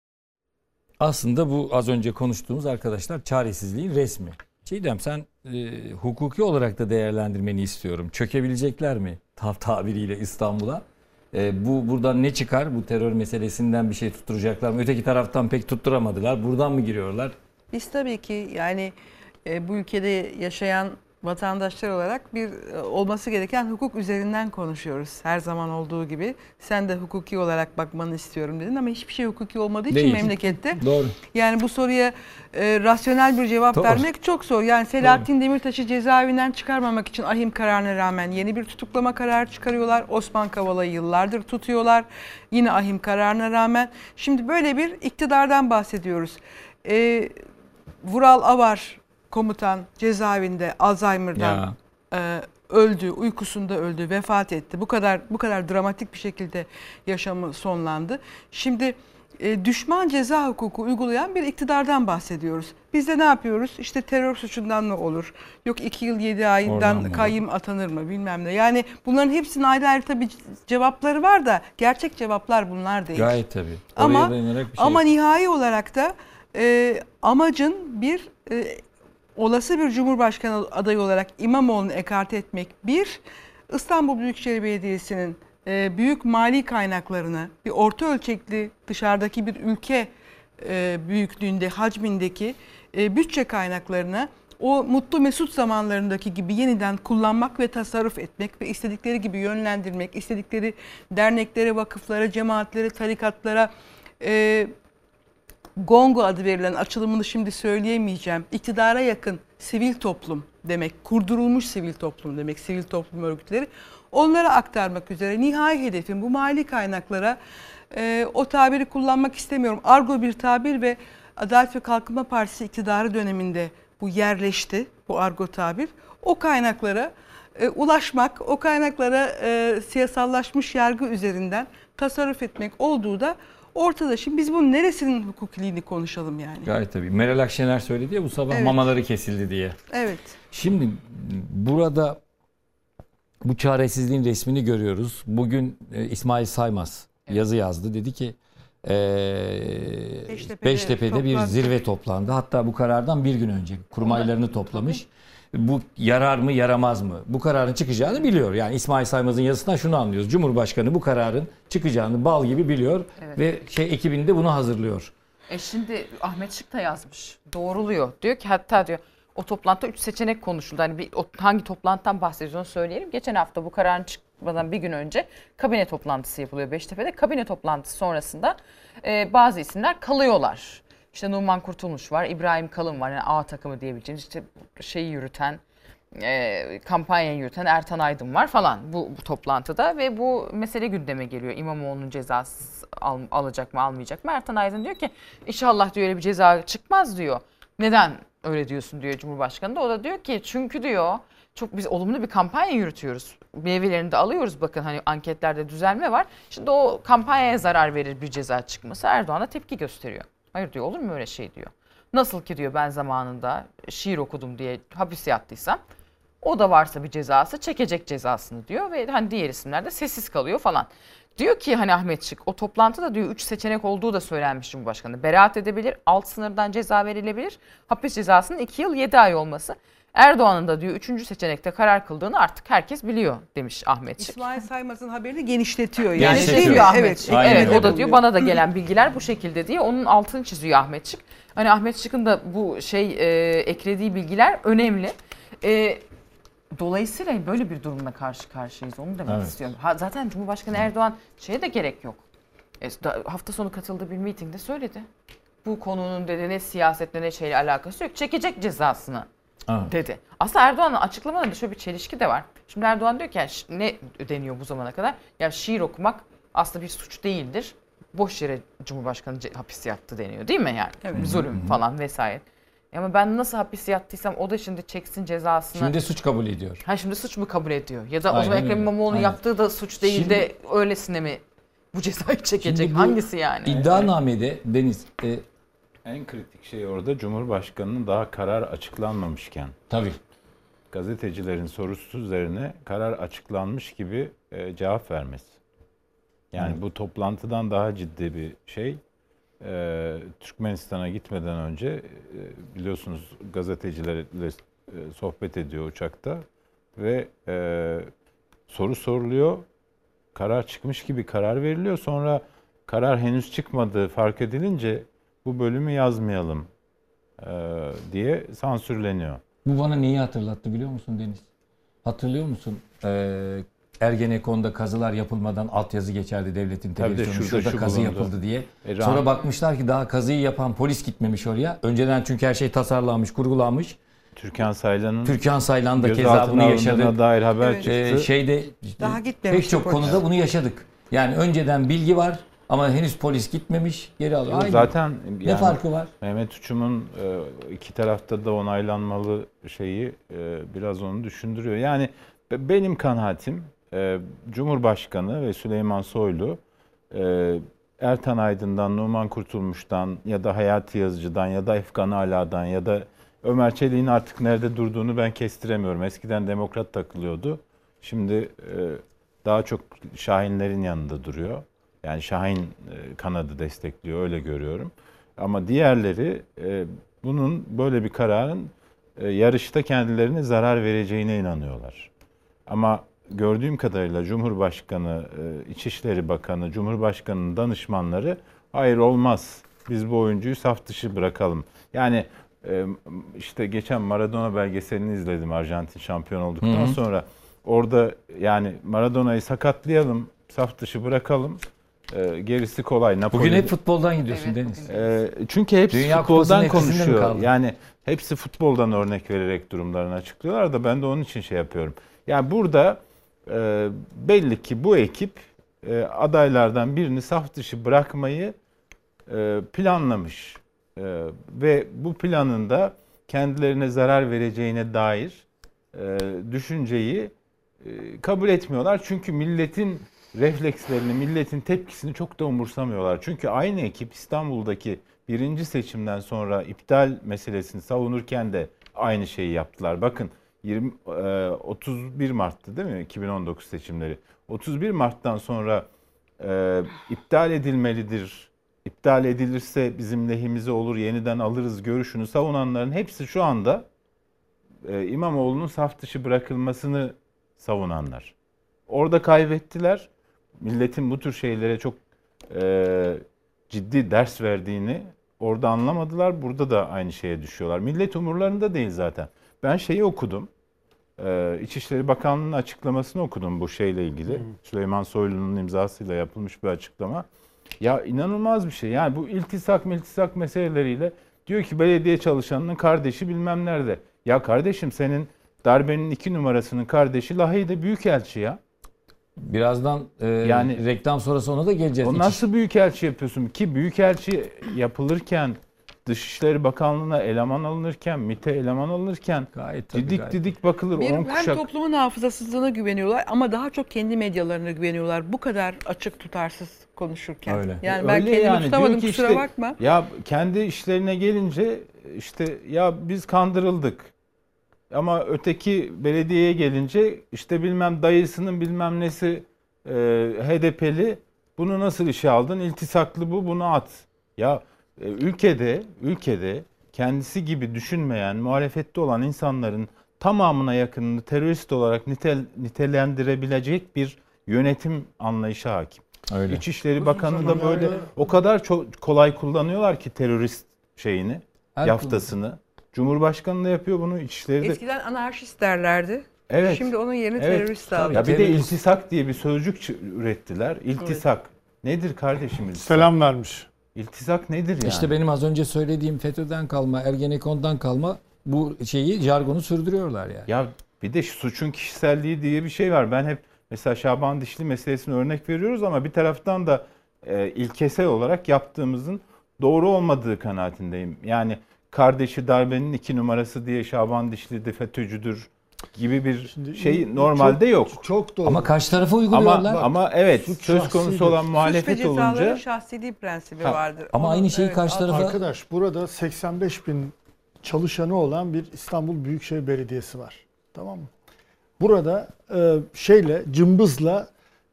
Aslında bu az önce konuştuğumuz arkadaşlar çaresizliğin resmi. Çiğdem sen e, hukuki olarak da değerlendirmeni istiyorum. Çökebilecekler mi tam tabiriyle İstanbul'a? E, bu buradan ne çıkar? Bu terör meselesinden bir şey tutturacaklar mı? Öteki taraftan pek tutturamadılar. Buradan mı giriyorlar? Biz tabii ki yani e, bu ülkede yaşayan vatandaşlar olarak bir e, olması gereken hukuk üzerinden konuşuyoruz. Her zaman olduğu gibi. Sen de hukuki olarak bakmanı istiyorum dedin ama hiçbir şey hukuki olmadığı için Değil. memlekette. Doğru. Yani bu soruya e, rasyonel bir cevap Doğru. vermek çok zor. Yani Selahattin Demirtaş'ı cezaevinden çıkarmamak için ahim kararına rağmen yeni bir tutuklama kararı çıkarıyorlar. Osman Kavala'yı yıllardır tutuyorlar. Yine ahim kararına rağmen. Şimdi böyle bir iktidardan bahsediyoruz. E, Vural Avar komutan cezaevinde Alzheimer'dan e, öldü, uykusunda öldü, vefat etti. Bu kadar bu kadar dramatik bir şekilde yaşamı sonlandı. Şimdi e, düşman ceza hukuku uygulayan bir iktidardan bahsediyoruz. Biz de ne yapıyoruz? İşte terör suçundan mı olur? Yok iki yıl yedi aydan kayyım atanır mı bilmem ne. Yani bunların hepsinin ayrı ayrı tabii cevapları var da gerçek cevaplar bunlar değil. Gayet tabii. Oraya Ama, dayanarak bir şey ama yok. nihai olarak da e, amacın bir e, olası bir Cumhurbaşkanı adayı olarak İmamoğlu'nu ekarte etmek, bir İstanbul Büyükşehir Belediyesi'nin e, büyük mali kaynaklarını bir orta ölçekli dışarıdaki bir ülke e, büyüklüğünde, hacmindeki e, bütçe kaynaklarını o mutlu mesut zamanlarındaki gibi yeniden kullanmak ve tasarruf etmek ve istedikleri gibi yönlendirmek, istedikleri derneklere, vakıflara, cemaatlere, tarikatlara, e, Gongo adı verilen açılımını şimdi söyleyemeyeceğim. İktidara yakın sivil toplum demek, kurdurulmuş sivil toplum demek, sivil toplum örgütleri. Onlara aktarmak üzere nihai hedefim bu mali kaynaklara, e, o tabiri kullanmak istemiyorum. Argo bir tabir ve Adalet ve Kalkınma Partisi iktidarı döneminde bu yerleşti, bu argo tabir. O kaynaklara e, ulaşmak, o kaynaklara e, siyasallaşmış yargı üzerinden tasarruf etmek olduğu da ortada. Şimdi biz bunun neresinin hukukiliğini konuşalım yani. Gayet tabii. Meral Akşener söyledi ya bu sabah Evet. mamaları kesildi diye. Evet. Şimdi burada bu çaresizliğin resmini görüyoruz. Bugün e, İsmail Saymaz yazı yazdı. Dedi ki e, Beştepe'de, Beştepe'de bir toplantı. zirve toplandı. Hatta bu karardan bir gün önce kurmaylarını toplamış. Bu yarar mı yaramaz mı? Bu kararın çıkacağını biliyor. Yani İsmail Saymaz'ın yazısından şunu anlıyoruz. Cumhurbaşkanı bu kararın çıkacağını bal gibi biliyor. Evet. Ve şey ekibinde bunu hazırlıyor. E şimdi Ahmet Şık da yazmış. Doğruluyor. Diyor ki hatta diyor o toplantıda üç seçenek konuşuldu. Hani bir, o, hangi toplantıdan bahsediyoruz onu söyleyelim. Geçen hafta bu kararın çıkmadan bir gün önce kabine toplantısı yapılıyor Beştepe'de. Kabine toplantısı sonrasında e, bazı isimler kalıyorlar. İşte Numan Kurtulmuş var, İbrahim Kalın var. Yani A takımı diyebileceğimiz işte şeyi yürüten, e, kampanyayı yürüten Ertan Aydın var falan bu, bu toplantıda. Ve bu mesele gündeme geliyor. İmamoğlu'nun cezası al, alacak mı almayacak mı? Ertan Aydın diyor ki inşallah diyor öyle bir ceza çıkmaz diyor. Neden öyle diyorsun diyor Cumhurbaşkanı da. O da diyor ki çünkü diyor çok biz olumlu bir kampanya yürütüyoruz. Meyvelerini de alıyoruz bakın hani anketlerde düzelme var. Şimdi o kampanyaya zarar verir bir ceza çıkması. Erdoğan'a tepki gösteriyor. Hayır diyor olur mu öyle şey diyor. Nasıl ki diyor ben zamanında şiir okudum diye hapis yattıysam o da varsa bir cezası çekecek cezasını diyor ve hani diğer isimler de sessiz kalıyor falan. Diyor ki hani Ahmet Şık o toplantıda diyor üç seçenek olduğu da söylenmiş Cumhurbaşkanı. Beraat edebilir, alt sınırdan ceza verilebilir, hapis cezasının iki yıl yedi ay olması. Erdoğan'ın da diyor üçüncü seçenekte karar kıldığını artık herkes biliyor demiş Ahmet Şık. İsmail Saymaz'ın haberini genişletiyor. Yani. Genişletiyor. Değil mi Ahmet Evet, Şık? Aynen evet öyle. o da diyor bana da gelen bilgiler bu şekilde diye onun altını çiziyor Ahmet Şık. Hani Ahmet Şık'ın da bu şey e, eklediği bilgiler önemli. E, dolayısıyla böyle bir durumla karşı karşıyayız onu demek Evet. istiyorum. Ha, zaten Cumhurbaşkanı Erdoğan şeye de gerek yok. E, da, hafta sonu katıldığı bir mitingde söyledi. Bu konunun dedi ne siyasetle ne şeyle alakası yok. Çekecek cezasını. Evet. Dedi. Aslında Erdoğan'ın açıklamalarında şöyle bir çelişki de var. Şimdi Erdoğan diyor ki yani ne deniyor bu zamana kadar? Ya şiir okumak aslında bir suç değildir. Boş yere Cumhurbaşkanı hapis yattı deniyor değil mi yani? Evet. Zulüm falan vesaire. Ama ben nasıl hapis yattıysam o da şimdi çeksin cezasını. Şimdi suç kabul ediyor. Ha şimdi suç mu kabul ediyor? Ya da o Aynen zaman Ekrem öyle. İmamoğlu'nun Aynen. yaptığı da suç değil Şimdi- de öylesine mi bu cezayı çekecek? Şimdi bu Hangisi yani? İddianamede Deniz e, En kritik şey orada Cumhurbaşkanı'nın daha karar açıklanmamışken. Tabii. Gazetecilerin sorusu üzerine karar açıklanmış gibi e, cevap vermesi. Yani Evet. bu toplantıdan daha ciddi bir şey. Ee, Türkmenistan'a gitmeden önce e, biliyorsunuz gazetecilerle e, sohbet ediyor uçakta ve e, soru soruluyor. Karar çıkmış gibi karar veriliyor. Sonra karar henüz çıkmadığı fark edilince bu bölümü yazmayalım e, diye sansürleniyor. Bu bana neyi hatırlattı biliyor musun Deniz? Hatırlıyor musun? Ee, Ergenekon'da kazılar yapılmadan altyazı geçerdi devletin Tabii de televizyonu. şurada Şurada şu kazı bulundu. yapıldı diye. E, Sonra rah- bakmışlar ki daha kazıyı yapan polis gitmemiş oraya. Önceden çünkü her şey tasarlanmış, kurgulanmış. Türkan Saylan'ın Türkan Saylan da keza gözaltına bunu alındığına yaşadık. dair haber Evet. çıktı. Ee, şeyde Daha gitmemiş pek çok polis. konuda bunu yaşadık. Yani önceden bilgi var ama henüz polis gitmemiş, geri alıyor. Yok, Aynı. zaten Ne yani farkı var? Mehmet Uçum'un e, iki tarafta da onaylanmalı şeyi e, biraz onu düşündürüyor. Yani be- benim kanaatim e, Cumhurbaşkanı ve Süleyman Soylu e, Ertan Aydın'dan, Numan Kurtulmuş'tan ya da Hayati Yazıcı'dan ya da Efkan Ala'dan ya da Ömer Çelik'in artık nerede durduğunu ben kestiremiyorum. Eskiden Demokrat takılıyordu. Şimdi e, daha çok Şahinlerin yanında duruyor. Yani Şahin e, kanadı destekliyor, öyle görüyorum. Ama diğerleri e, bunun böyle bir kararın e, yarışta kendilerine zarar vereceğine inanıyorlar. Ama gördüğüm kadarıyla Cumhurbaşkanı, e, İçişleri Bakanı, Cumhurbaşkanı'nın danışmanları hayır olmaz, biz bu oyuncuyu saf dışı bırakalım. Yani e, işte geçen Maradona belgeselini izledim, Arjantin şampiyon olduktan Hı hı. sonra. Orada yani Maradona'yı sakatlayalım, saf dışı bırakalım. E, gerisi kolay. Napoli... Bugün hep futboldan gidiyorsun Deniz. E, çünkü hepsi Dünya futboldan Kupası'nın etkisinde mi konuşuyor. kaldı? Yani hepsi futboldan örnek vererek durumlarını açıklıyorlar da ben de onun için şey yapıyorum. Yani burada e, belli ki bu ekip e, adaylardan birini saf dışı bırakmayı e, planlamış. E, ve bu planında kendilerine zarar vereceğine dair e, düşünceyi e, kabul etmiyorlar. Çünkü milletin reflekslerini, milletin tepkisini çok da umursamıyorlar. Çünkü aynı ekip İstanbul'daki birinci seçimden sonra iptal meselesini savunurken de aynı şeyi yaptılar. Bakın yirmi, e, otuz bir Mart'tı değil mi iki bin on dokuz seçimleri? otuz bir Mart'tan sonra e, iptal edilmelidir. İptal edilirse bizim lehimize olur, yeniden alırız görüşünü savunanların hepsi şu anda e, İmamoğlu'nun saf dışı bırakılmasını savunanlar. Orada kaybettiler. Milletin bu tür şeylere çok e, ciddi ders verdiğini orada anlamadılar. Burada da aynı şeye düşüyorlar. Millet umurlarında değil zaten. Ben şeyi okudum. E, İçişleri Bakanlığı'nın açıklamasını okudum bu şeyle ilgili. Hmm. Süleyman Soylu'nun imzasıyla yapılmış bir açıklama. Ya inanılmaz bir şey. Yani bu iltisak miltisak meseleleriyle diyor ki belediye çalışanının kardeşi bilmem nerede. Ya kardeşim senin darbenin iki numarasının kardeşi Lahey'de büyükelçi ya. Birazdan e, Yani- reklam sonrası ona da geleceğiz. O İç- nasıl büyükelçi yapıyorsun? Ki büyükelçi yapılırken, Dışişleri Bakanlığı'na eleman alınırken, MİT'e eleman alınırken Gayet tabii, didik gayet. didik bakılır. Bir, on hem kuşak. toplumun hafızasızlığına güveniyorlar ama daha çok kendi medyalarına güveniyorlar. Bu kadar açık tutarsız konuşurken. Öyle. Yani ben Öyle kendimi yani, tutamadım, diyor ki kusura işte, bakma. Ya kendi işlerine gelince işte ya biz kandırıldık. Ama öteki belediyeye gelince işte bilmem dayısının bilmem nesi e, H D P'li, bunu nasıl işe aldın? İltisaklı bu, bunu at. Ya e, ülkede ülkede kendisi gibi düşünmeyen, muhalefette olan insanların tamamına yakınını terörist olarak nitel, nitelendirebilecek bir yönetim anlayışı hakim. Öyle. İçişleri Bakanı da böyle o kadar çok kolay kullanıyorlar ki terörist şeyini, Her yaftasını. Cumhurbaşkanı da yapıyor bunu, İçişleri de. Eskiden anarşist derlerdi. Evet. Şimdi onun yerine Evet. terörist aldı. Ya bir de iltisak diye bir sözcük çı- ürettiler. İltisak. Nedir kardeşim iltisak? Selam vermiş. İltisak nedir yani? İşte benim az önce söylediğim FETÖ'den kalma, Ergenekon'dan kalma bu şeyi, jargonu sürdürüyorlar yani. Ya bir de suçun kişiselliği diye bir şey var. Ben hep mesela Şaban Dişli meselesine örnek veriyoruz ama bir taraftan da e, ilkesel olarak yaptığımızın doğru olmadığı kanaatindeyim. Yani kardeşi darbenin iki numarası diye Şaban Dişli de FETÖ'cüdür gibi bir şey normalde çok, yok. Çok doğru. Ama karşı tarafa uyguluyorlar. Ama, ama evet Suç söz konusu şahsidir. olan Suç ve muhalefet cezaların olunca şahsiliği prensibi Ha, vardır. ama Onu- aynı şeyi evet, karşı tarafa... Arkadaş burada seksen beş bin çalışanı olan bir İstanbul Büyükşehir Belediyesi var. Tamam mı? Burada e, şeyle, cımbızla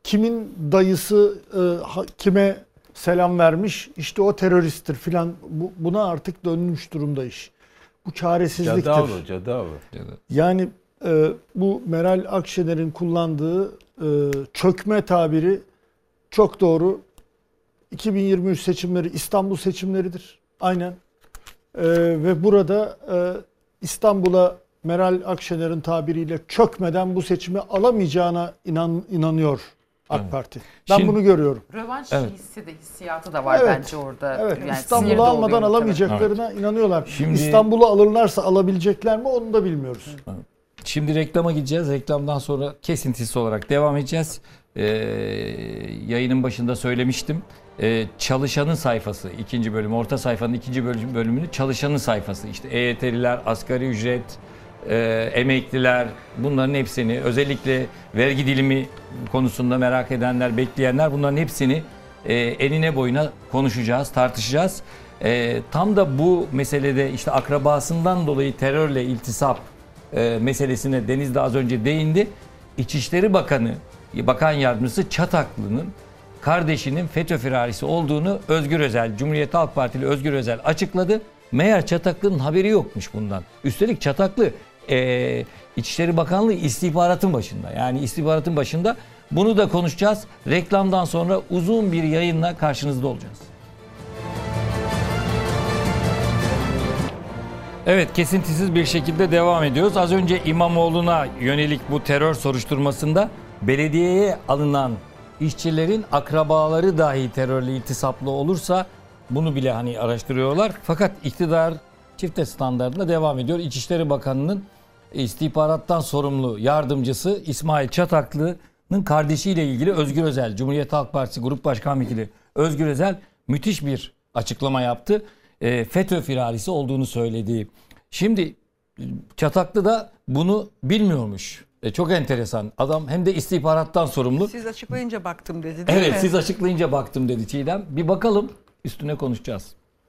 kimin dayısı e, kime selam vermiş, işte o teröristtir filan, bu, buna artık dönmüş durumda iş. Bu çaresizliktir. Cadavro, cadavro. Yani e, bu Meral Akşener'in kullandığı e, çökme tabiri çok doğru. iki bin yirmi üç seçimleri İstanbul seçimleridir. Aynen. E, ve burada e, İstanbul'a Meral Akşener'in tabiriyle çökmeden bu seçimi alamayacağına inan, inanıyor AK evet. Parti. Ben Şimdi, bunu görüyorum. Rövanş evet. hissi de hissiyatı da var evet. bence orada. Evet. Yani İstanbul'u almadan alamayacaklarına evet. inanıyorlar. Şimdi, İstanbul'u alırlarsa alabilecekler mi onu da bilmiyoruz. Şimdi reklama gideceğiz. Reklamdan sonra kesintisiz olarak devam edeceğiz. Ee, yayının başında söylemiştim. Ee, çalışanın sayfası ikinci bölüm, orta sayfanın ikinci bölüm, bölümünü çalışanın sayfası. İşte E Y T'liler, asgari ücret, e, emekliler, bunların hepsini, özellikle vergi dilimi konusunda merak edenler, bekleyenler, bunların hepsini e, enine boyuna konuşacağız, tartışacağız. E, tam da bu meselede işte akrabasından dolayı terörle iltisap e, meselesine Deniz de az önce değindi. İçişleri Bakanı, Bakan Yardımcısı Çataklı'nın kardeşinin FETÖ firarisi olduğunu Özgür Özel, Cumhuriyet Halk Partili Özgür Özel açıkladı. Meğer Çataklı'nın haberi yokmuş bundan. Üstelik Çataklı e, İçişleri Bakanlığı istihbaratın başında. Yani istihbaratın başında. Bunu da konuşacağız. Reklamdan sonra uzun bir yayınla karşınızda olacağız. Evet, kesintisiz bir şekilde devam ediyoruz. Az önce İmamoğlu'na yönelik bu terör soruşturmasında belediyeye alınan işçilerin akrabaları dahi terörle iltisaplı olursa bunu bile hani araştırıyorlar. Fakat iktidar çifte standartına devam ediyor. İçişleri Bakanı'nın istihbarattan sorumlu yardımcısı İsmail Çataklı'nın kardeşiyle ilgili Özgür Özel, Cumhuriyet Halk Partisi Grup Başkan Vekili Özgür Özel müthiş bir açıklama yaptı. E, FETÖ firarisi olduğunu söyledi. Şimdi Çataklı da bunu bilmiyormuş. E, çok enteresan. Adam hem de istihbarattan sorumlu. Siz açıklayınca baktım dedi değil evet, mi? siz açıklayınca baktım dedi Çiğdem. Bir bakalım, üstüne konuşacağız.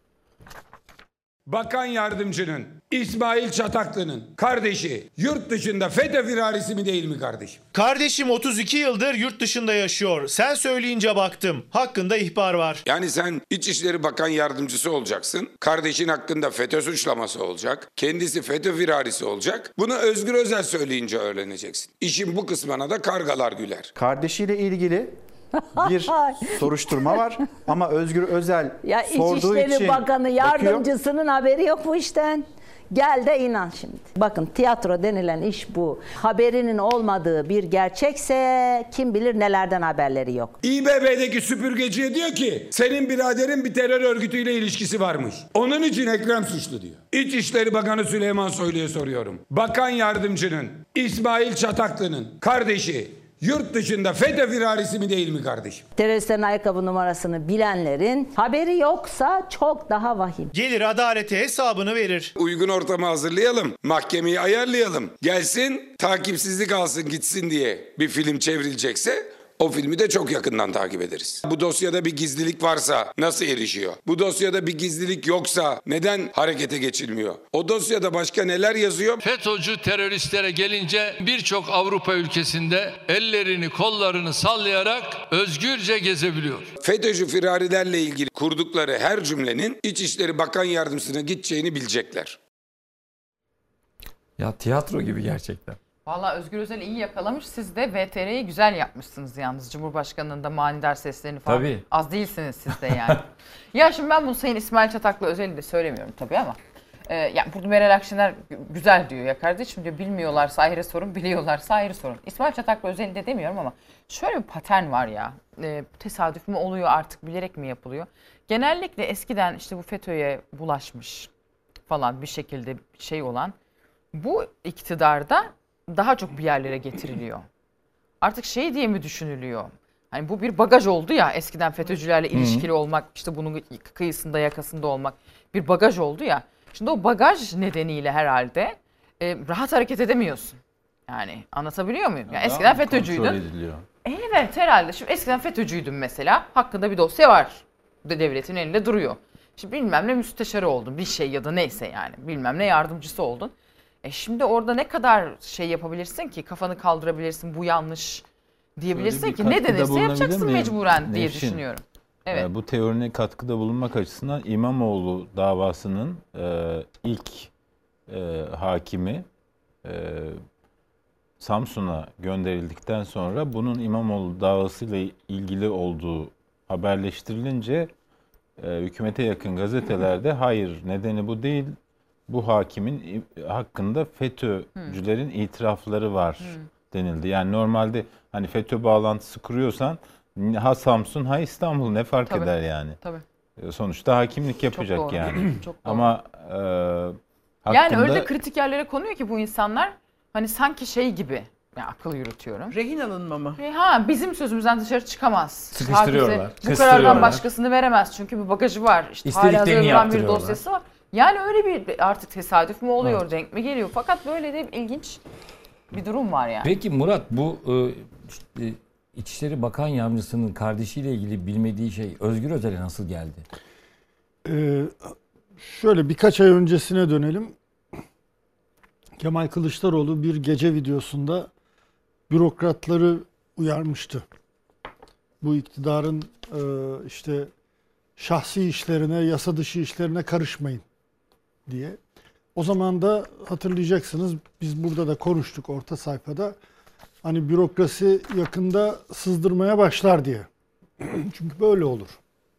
Bakan Yardımcının İsmail Çataklı'nın kardeşi yurt dışında FETÖ firarisi mi değil mi kardeşim? Kardeşim otuz iki yıldır yurt dışında yaşıyor. Sen söyleyince baktım. Hakkında ihbar var. Yani sen İçişleri Bakan Yardımcısı olacaksın. Kardeşin hakkında FETÖ suçlaması olacak. Kendisi FETÖ firarisi olacak. Bunu Özgür Özel söyleyince öğreneceksin. İşin bu kısmına da kargalar güler. Kardeşiyle ilgili bir soruşturma var ama Özgür Özel ya sorduğu için İçişleri Bakanı yardımcısının bakıyor. haberi yok bu işten. Gel de inan şimdi. Bakın tiyatro denilen iş bu. Haberinin olmadığı bir gerçekse kim bilir nelerden haberleri yok. İ B B'deki süpürgeciye diyor ki senin biraderin bir terör örgütüyle ilişkisi varmış. Onun için Ekrem suçlu diyor. İçişleri Bakanı Süleyman Soylu'ya soruyorum. Bakan Yardımcının İsmail Çataklı'nın kardeşi yurt dışında FETÖ firarisi mi değil mi kardeşim? Teröristlerin ayakkabı numarasını bilenlerin haberi yoksa çok daha vahim. Gelir adalete hesabını verir. Uygun ortamı hazırlayalım. Mahkemeyi ayarlayalım. Gelsin takipsizlik alsın gitsin diye bir film çevrilecekse o filmi de çok yakından takip ederiz. Bu dosyada bir gizlilik varsa nasıl erişiyor? Bu dosyada bir gizlilik yoksa neden harekete geçilmiyor? O dosyada başka neler yazıyor? FETÖ'cü teröristlere gelince birçok Avrupa ülkesinde ellerini kollarını sallayarak özgürce gezebiliyor. FETÖ'cü firarilerle ilgili kurdukları her cümlenin İçişleri Bakan Yardımcısına gideceğini bilecekler. Ya tiyatro gibi gerçekten. Valla Özgür Özel iyi yakalamış. Siz de V T R'yi güzel yapmışsınız yalnız. Cumhurbaşkanı'nın da manidar seslerini falan. Tabii. Az değilsiniz siz de yani. Ya şimdi ben bunu Sayın İsmail Çataklı Özel'i de söylemiyorum tabii ama. E, yani burada Meral Akşener güzel diyor ya kardeşim diyor. Bilmiyorlarsa ayrı sorun, biliyorlarsa ayrı sorun. İsmail Çataklı Özel'i de demiyorum ama şöyle bir patern var ya. E, tesadüf mü oluyor artık, bilerek mi yapılıyor? Genellikle eskiden işte bu FETÖ'ye bulaşmış falan bir şekilde şey olan bu iktidarda daha çok bir yerlere getiriliyor. Artık şey diye mi düşünülüyor? Hani bu bir bagaj oldu ya, eskiden FETÖ'cülerle ilişkili Hı-hı. olmak, işte bunun kıyısında yakasında olmak bir bagaj oldu ya. Şimdi o bagaj nedeniyle herhalde e, rahat hareket edemiyorsun. Yani anlatabiliyor muyum? Yani eskiden FETÖ'cüydün. Evet herhalde. Şimdi eskiden FETÖ'cüydün mesela. Hakkında bir dosya var. Devletin elinde duruyor. Şimdi bilmem ne müsteşarı oldun. Bir şey ya da neyse yani. Bilmem ne yardımcısı oldun. E şimdi orada ne kadar şey yapabilirsin ki? Kafanı kaldırabilirsin. Bu yanlış diyebilirsin ki Katkıda ne denirse bulunabilir yapacaksın miyim? mecburen diye Nevşin, düşünüyorum. Evet. e, bu teorine katkıda bulunmak açısından İmamoğlu davasının e, ilk e, hakimi e, Samsun'a gönderildikten sonra bunun İmamoğlu davasıyla ilgili olduğu haberleştirilince e, hükümete yakın gazetelerde hayır nedeni bu değil, bu hakimin hakkında FETÖ'cülerin hmm. itirafları var hmm. denildi. Yani normalde hani FETÖ bağlantısı kuruyorsan ha Samsun ha İstanbul ne fark Tabii. eder yani. Tabii. Sonuçta hakimlik yapacak Çok yani. Çok Ama e, hakkında... Yani öyle kritik yerlere konuyor ki bu insanlar hani sanki şey gibi. Ya akıl yürütüyorum. Rehin alınma mı? E, ha bizim sözümüzden dışarı çıkamaz. Sıkıştırıyorlar. Bu karardan başkasını veremez çünkü bir bagajı var. İşte hala hazırlanan bir dosyası var. Yani öyle bir artık tesadüf mü oluyor, evet. denk mi geliyor? Fakat böyle de ilginç bir durum var yani. Peki Murat, bu e, İçişleri Bakan Yardımcısının kardeşiyle ilgili bilmediği şey Özgür Özel'e nasıl geldi? Ee, şöyle birkaç ay öncesine dönelim. Kemal Kılıçdaroğlu bir gece videosunda bürokratları uyarmıştı. Bu iktidarın e, işte şahsi işlerine, yasa dışı işlerine karışmayın diye. O zaman da hatırlayacaksınız biz burada da konuştuk orta sayfada. Hani bürokrasi yakında sızdırmaya başlar diye. Çünkü böyle olur.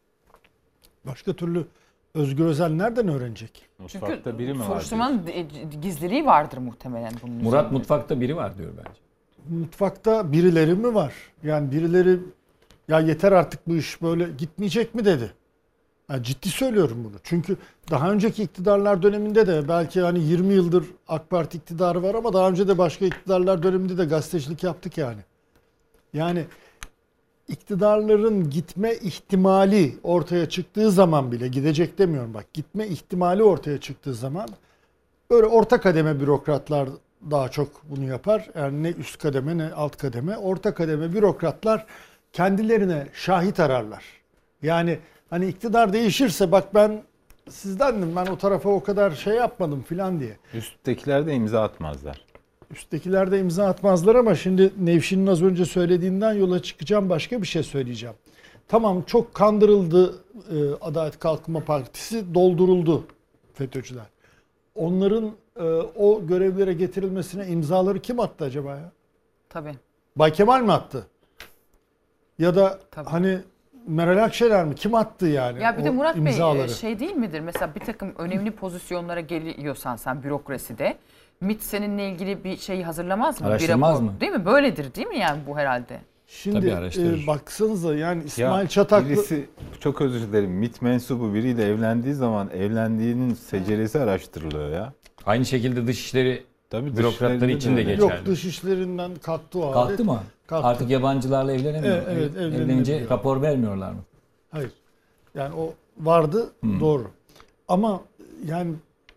Başka türlü Özgür Özel nereden öğrenecek? Mutfakta biri mi var? Soruşturmanın gizliliği vardır muhtemelen bunun. Murat üzerinde. Mutfakta biri var diyor bence. Mutfakta birileri mi var? Yani birileri ya yeter artık bu iş böyle gitmeyecek mi dedi. Yani ciddi söylüyorum bunu. Çünkü daha önceki iktidarlar döneminde de belki hani yirmi yıldır AK Parti iktidarı var ama daha önce de başka iktidarlar döneminde de gazetecilik yaptık yani. Yani iktidarların gitme ihtimali ortaya çıktığı zaman bile, gidecek demiyorum bak, gitme ihtimali ortaya çıktığı zaman böyle orta kademe bürokratlar daha çok bunu yapar. Yani ne üst kademe ne alt kademe. Orta kademe bürokratlar kendilerine şahit ararlar. Yani hani iktidar değişirse bak ben sizdendim, ben o tarafa o kadar şey yapmadım filan diye. Üsttekiler de imza atmazlar. Üsttekiler de imza atmazlar ama şimdi Nevşin'in az önce söylediğinden yola çıkacağım, başka bir şey söyleyeceğim. Tamam, çok kandırıldı e, Adalet Kalkınma Partisi, dolduruldu FETÖ'cüler. Onların e, o görevlere getirilmesine imzaları kim attı acaba ya? Tabii. Bay Kemal mi attı? Ya da Tabii. hani Meral Akşener mi? Kim attı yani? Ya bir de Murat imzaları? Bey şey değil midir? Mesela bir takım önemli pozisyonlara geliyorsan sen bürokraside, MİT seninle ilgili bir şey hazırlamaz mı? Araştırmaz bir rapor, mı? Değil mi? Böyledir değil mi yani bu herhalde? Şimdi e, baksanıza yani İsmail ya, Çataklı... Birisi, çok özür dilerim, MİT mensubu biriyle evlendiği zaman evlendiğinin seceresi araştırılıyor ya. Aynı şekilde dışişleri Tabii bürokratları için de geçerli. Yok, dışişlerinden kalktı o Kalktı mı? Kalktı. Artık yabancılarla evlenemiyor. Evet, evet, evlenince rapor vermiyorlar mı? Hayır. Yani o vardı, hmm. doğru. Ama yani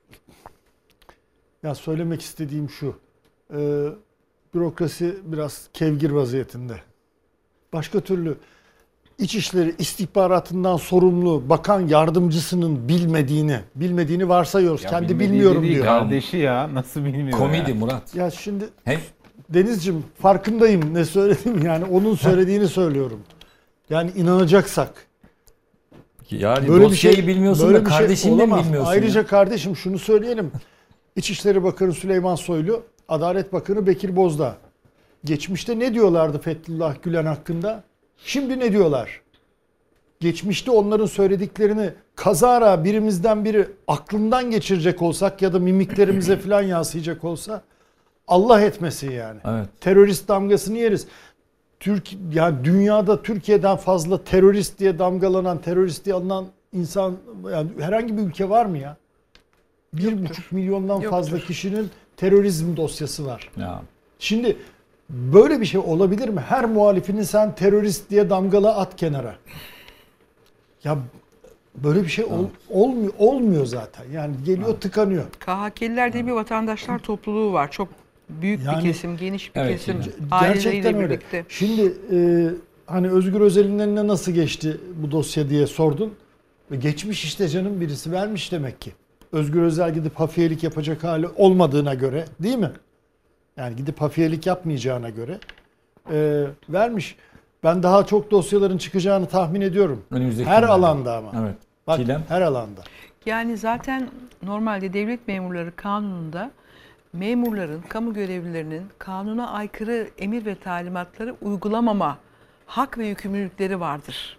ya söylemek istediğim şu. E, bürokrasi biraz kevgir vaziyetinde. Başka türlü İçişleri istihbaratından sorumlu bakan yardımcısının bilmediğini, bilmediğini varsayıyoruz. Ya kendi bilmiyorum diyor. Kardeşi ya, nasıl bilmiyor? Komedi ya. Murat. Ya şimdi Hem Denizciğim farkındayım ne söyledim, yani onun söylediğini söylüyorum. Yani inanacaksak. Yani böyle dosyayı şey, bilmiyorsun böyle da kardeşini mi bilmiyorsun? Ayrıca ya? Kardeşim şunu söyleyelim. İçişleri Bakanı Süleyman Soylu, Adalet Bakanı Bekir Bozdağ. Geçmişte ne diyorlardı Fethullah Gülen hakkında? Şimdi ne diyorlar? Geçmişte onların söylediklerini kazara birimizden biri aklından geçirecek olsak ya da mimiklerimize falan yansıyacak olsa Allah etmesin yani. Evet. Terörist damgasını yeriz. Türk, yani dünyada Türkiye'den fazla terörist diye damgalanan, terörist diye alınan insan, yani herhangi bir ülke var mı ya? Bir buçuk milyondan Yoktur. fazla kişinin terörizm dosyası var. Ya. Şimdi böyle bir şey olabilir mi? Her muhalifini sen terörist diye damgala, at kenara. Ya böyle bir şey ol, olmuyor olmuyor zaten. Yani geliyor ha. tıkanıyor. K H K'liler diye bir vatandaşlar topluluğu var. Çok büyük yani, bir kesim, geniş bir evet, kesim. Yani. Gerçekten öyle. Birlikte. Şimdi e, hani Özgür Özel'in eline nasıl geçti bu dosya diye sordun. Ve geçmiş işte canım, birisi vermiş demek ki. Özgür Özel gidip hafiyelik yapacak hali olmadığına göre, değil mi? Yani gidip hafiyelik yapmayacağına göre e, vermiş. Ben daha çok dosyaların çıkacağını tahmin ediyorum. Önümüzdeki Her günlerde. alanda ama. Evet. Bak, Çiğdem? her alanda. Yani zaten normalde devlet memurları kanununda memurların, kamu görevlilerinin kanuna aykırı emir ve talimatları uygulamama hak ve yükümlülükleri vardır.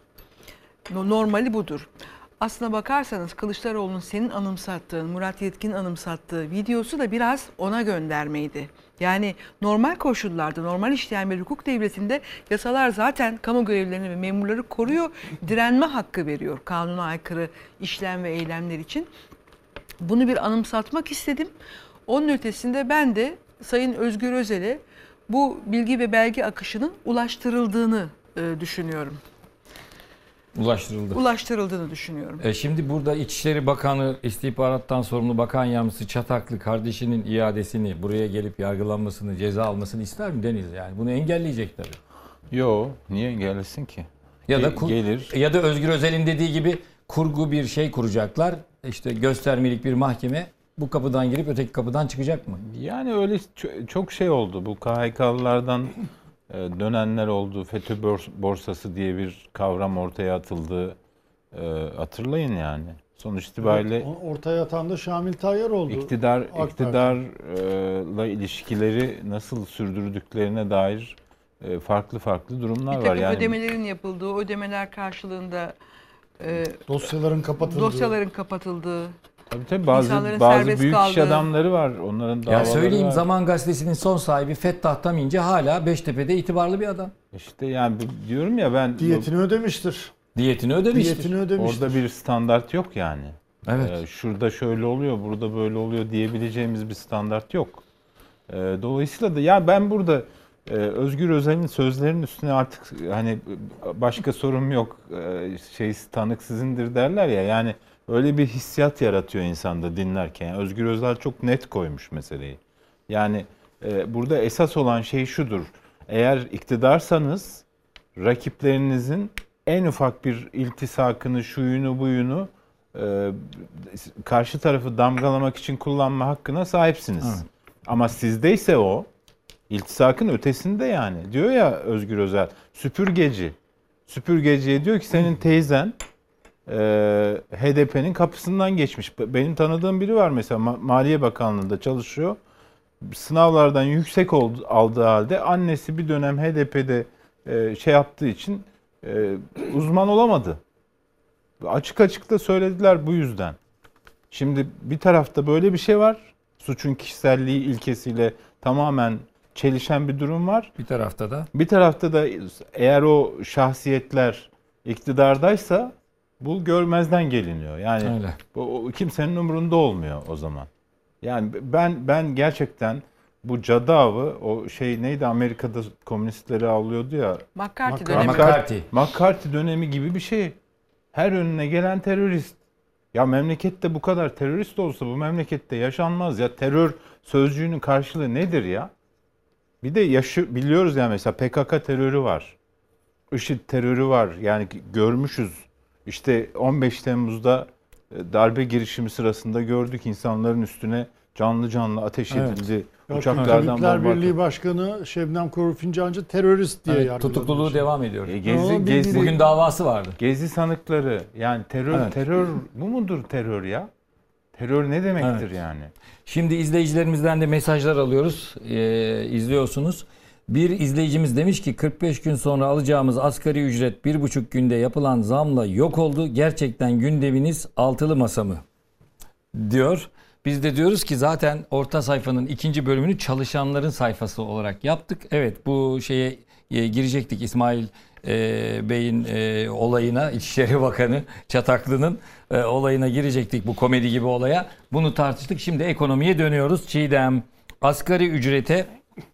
Normali budur. Aslına bakarsanız Kılıçdaroğlu'nun senin anımsattığın, Murat Yetkin'in anımsattığı videosu da biraz ona göndermeydi. Yani normal koşullarda, normal işleyen bir hukuk devletinde yasalar zaten kamu görevlilerini ve memurları koruyor, direnme hakkı veriyor kanuna aykırı işlem ve eylemler için. Bunu bir anımsatmak istedim. Onun ötesinde ben de Sayın Özgür Özel'e bu bilgi ve belge akışının ulaştırıldığını e, düşünüyorum. Ulaştırıldı. Ulaştırıldığını düşünüyorum. E şimdi burada İçişleri Bakanı, istihbarattan sorumlu bakan yardımcısı Çataklı kardeşinin iadesini, buraya gelip yargılanmasını, ceza almasını ister mi Deniz? Yani bunu engelleyecek tabii. Yo, niye engellesin ki? Ya da Ge- gelir. Ya da Özgür Özel'in dediği gibi kurgu bir şey kuracaklar. İşte göstermelik bir mahkeme bu kapıdan girip öteki kapıdan çıkacak mı? Yani öyle çok şey oldu. Bu K H K'lılardan dönenler oldu. FETÖ borsası diye bir kavram ortaya atıldı. Hatırlayın yani. Sonuç itibariyle Evet, ortaya atan da Şamil Tayyar oldu. İktidar, iktidarla ilişkileri nasıl sürdürdüklerine dair farklı farklı durumlar bir var. Yani ödemelerin yapıldığı, ödemeler karşılığında e, dosyaların kapatıldığı. Dosyaların kapatıldığı. Tabii tabii bazı bazı büyük kaldığı. iş adamları var. Onların davaları ya söyleyeyim var. Zaman Gazetesi'nin son sahibi Fettah Taminci hala Beştepe'de itibarlı bir adam. İşte yani diyorum ya ben diyetini ödemiştir. Diyetini ödemiştir. Diyetini ödemiştir. Orada bir standart yok yani. Evet. Ee, şurada şöyle oluyor, burada böyle oluyor diyebileceğimiz bir standart yok. Ee, dolayısıyla da ya ben burada e, Özgür Özel'in sözlerinin üstüne artık hani başka sorum yok. Ee, şey tanık sizindir derler ya. Yani öyle bir hissiyat yaratıyor insanda dinlerken. Yani Özgür Özel çok net koymuş meseleyi. Yani e, burada esas olan şey şudur. Eğer iktidarsanız rakiplerinizin en ufak bir iltisakını, şuyunu, buyunu e, karşı tarafı damgalamak için kullanma hakkına sahipsiniz. Evet. Ama sizdeyse o iltisakın ötesinde yani. Diyor ya Özgür Özel, süpürgeci. Süpürgeciye diyor ki senin teyzen e, H D P'nin kapısından geçmiş. Benim tanıdığım biri var mesela Maliye Bakanlığı'nda çalışıyor. Sınavlardan yüksek oldu, aldığı halde annesi bir dönem H D P'de e, şey yaptığı için e, uzman olamadı. Açık açık da söylediler bu yüzden. Şimdi bir tarafta böyle bir şey var. Suçun kişiselliği ilkesiyle tamamen çelişen bir durum var. Bir tarafta da. Bir tarafta da eğer o şahsiyetler iktidardaysa bu görmezden geliniyor. Yani öyle. O, kimsenin umurunda olmuyor o zaman. Yani ben ben gerçekten bu cadı avı, o şey neydi Amerika'da komünistleri avlıyordu ya. McCarthy dönemi. McCarthy. McCarthy dönemi gibi bir şey. Her önüne gelen terörist. Ya memlekette bu kadar terörist olsa bu memlekette yaşanmaz ya. Terör sözcüğünün karşılığı nedir ya? Bir de yaşı biliyoruz ya mesela P K K terörü var. IŞİD terörü var. Yani görmüşüz. İşte on beş Temmuz'da darbe girişimi sırasında gördük insanların üstüne canlı canlı ateş edildi. Evet. Uçaklardan Tabipler Birliği Başkanı Şebnem Korur Fincancı terörist diye evet, yargılanıyor. Tutukluluğu devam ediyor. E, gezi, gezi, bugün davası vardı. Gezi sanıkları yani terör evet. terör bu mudur terör ya? Terör ne demektir evet. yani? Şimdi izleyicilerimizden de mesajlar alıyoruz. Ee, izliyorsunuz. Bir izleyicimiz demiş ki kırk beş gün sonra alacağımız asgari ücret bir buçuk günde yapılan zamla yok oldu. Gerçekten gündeminiz altılı masa mı? Diyor. Biz de diyoruz ki zaten orta sayfanın ikinci bölümünü çalışanların sayfası olarak yaptık. Evet bu şeye e, girecektik İsmail e, Bey'in e, olayına, İçişleri Bakanı Çataklı'nın e, olayına girecektik bu komedi gibi olaya. Bunu tartıştık. Şimdi ekonomiye dönüyoruz. Çiğdem, asgari ücrete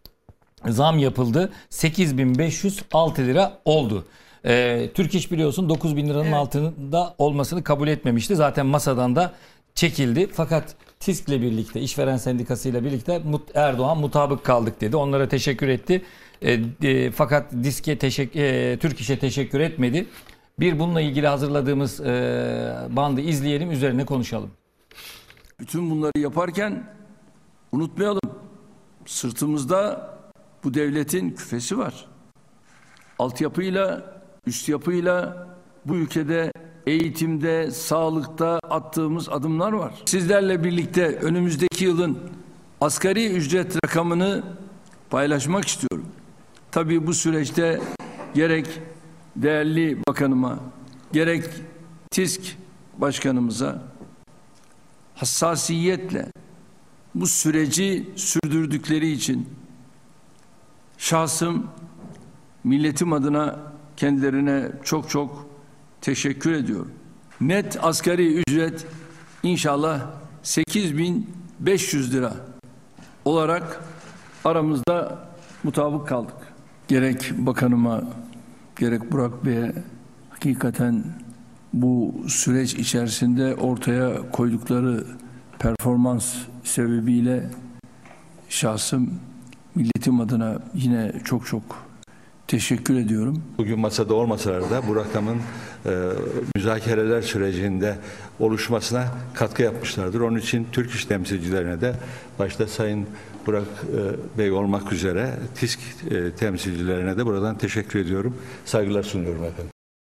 zam yapıldı. sekiz bin beş yüz altı lira oldu. Ee, Türk İş biliyorsun dokuz bin liranın evet. altında olmasını kabul etmemişti. Zaten masadan da çekildi. Fakat TİSK'le birlikte, işveren sendikasıyla birlikte Erdoğan mutabık kaldık dedi. Onlara teşekkür etti. E, e, fakat diske teşekkür, e, Türk İş'e teşekkür etmedi. Bir bununla ilgili hazırladığımız e, bandı izleyelim, üzerine konuşalım. Bütün bunları yaparken unutmayalım. Sırtımızda bu devletin küfesi var. altyapıyla, üst yapıyla bu ülkede eğitimde, sağlıkta attığımız adımlar var. Sizlerle birlikte önümüzdeki yılın asgari ücret rakamını paylaşmak istiyorum. Tabii bu süreçte gerek değerli bakanıma, gerek TİSK başkanımıza hassasiyetle bu süreci sürdürdükleri için şahsım, milletim adına kendilerine çok çok teşekkür ediyorum. Net asgari ücret inşallah sekiz bin beş yüz lira olarak aramızda mutabık kaldık. Gerek bakanıma, gerek Burak Bey'e hakikaten bu süreç içerisinde ortaya koydukları performans sebebiyle şahsım, milletim adına yine çok çok teşekkür ediyorum. Bugün masada olmasalar da bu rakamın e, müzakereler sürecinde oluşmasına katkı yapmışlardır. Onun için Türk İş temsilcilerine de başta Sayın Burak e, Bey olmak üzere TİSK e, temsilcilerine de buradan teşekkür ediyorum. Saygılar sunuyorum efendim.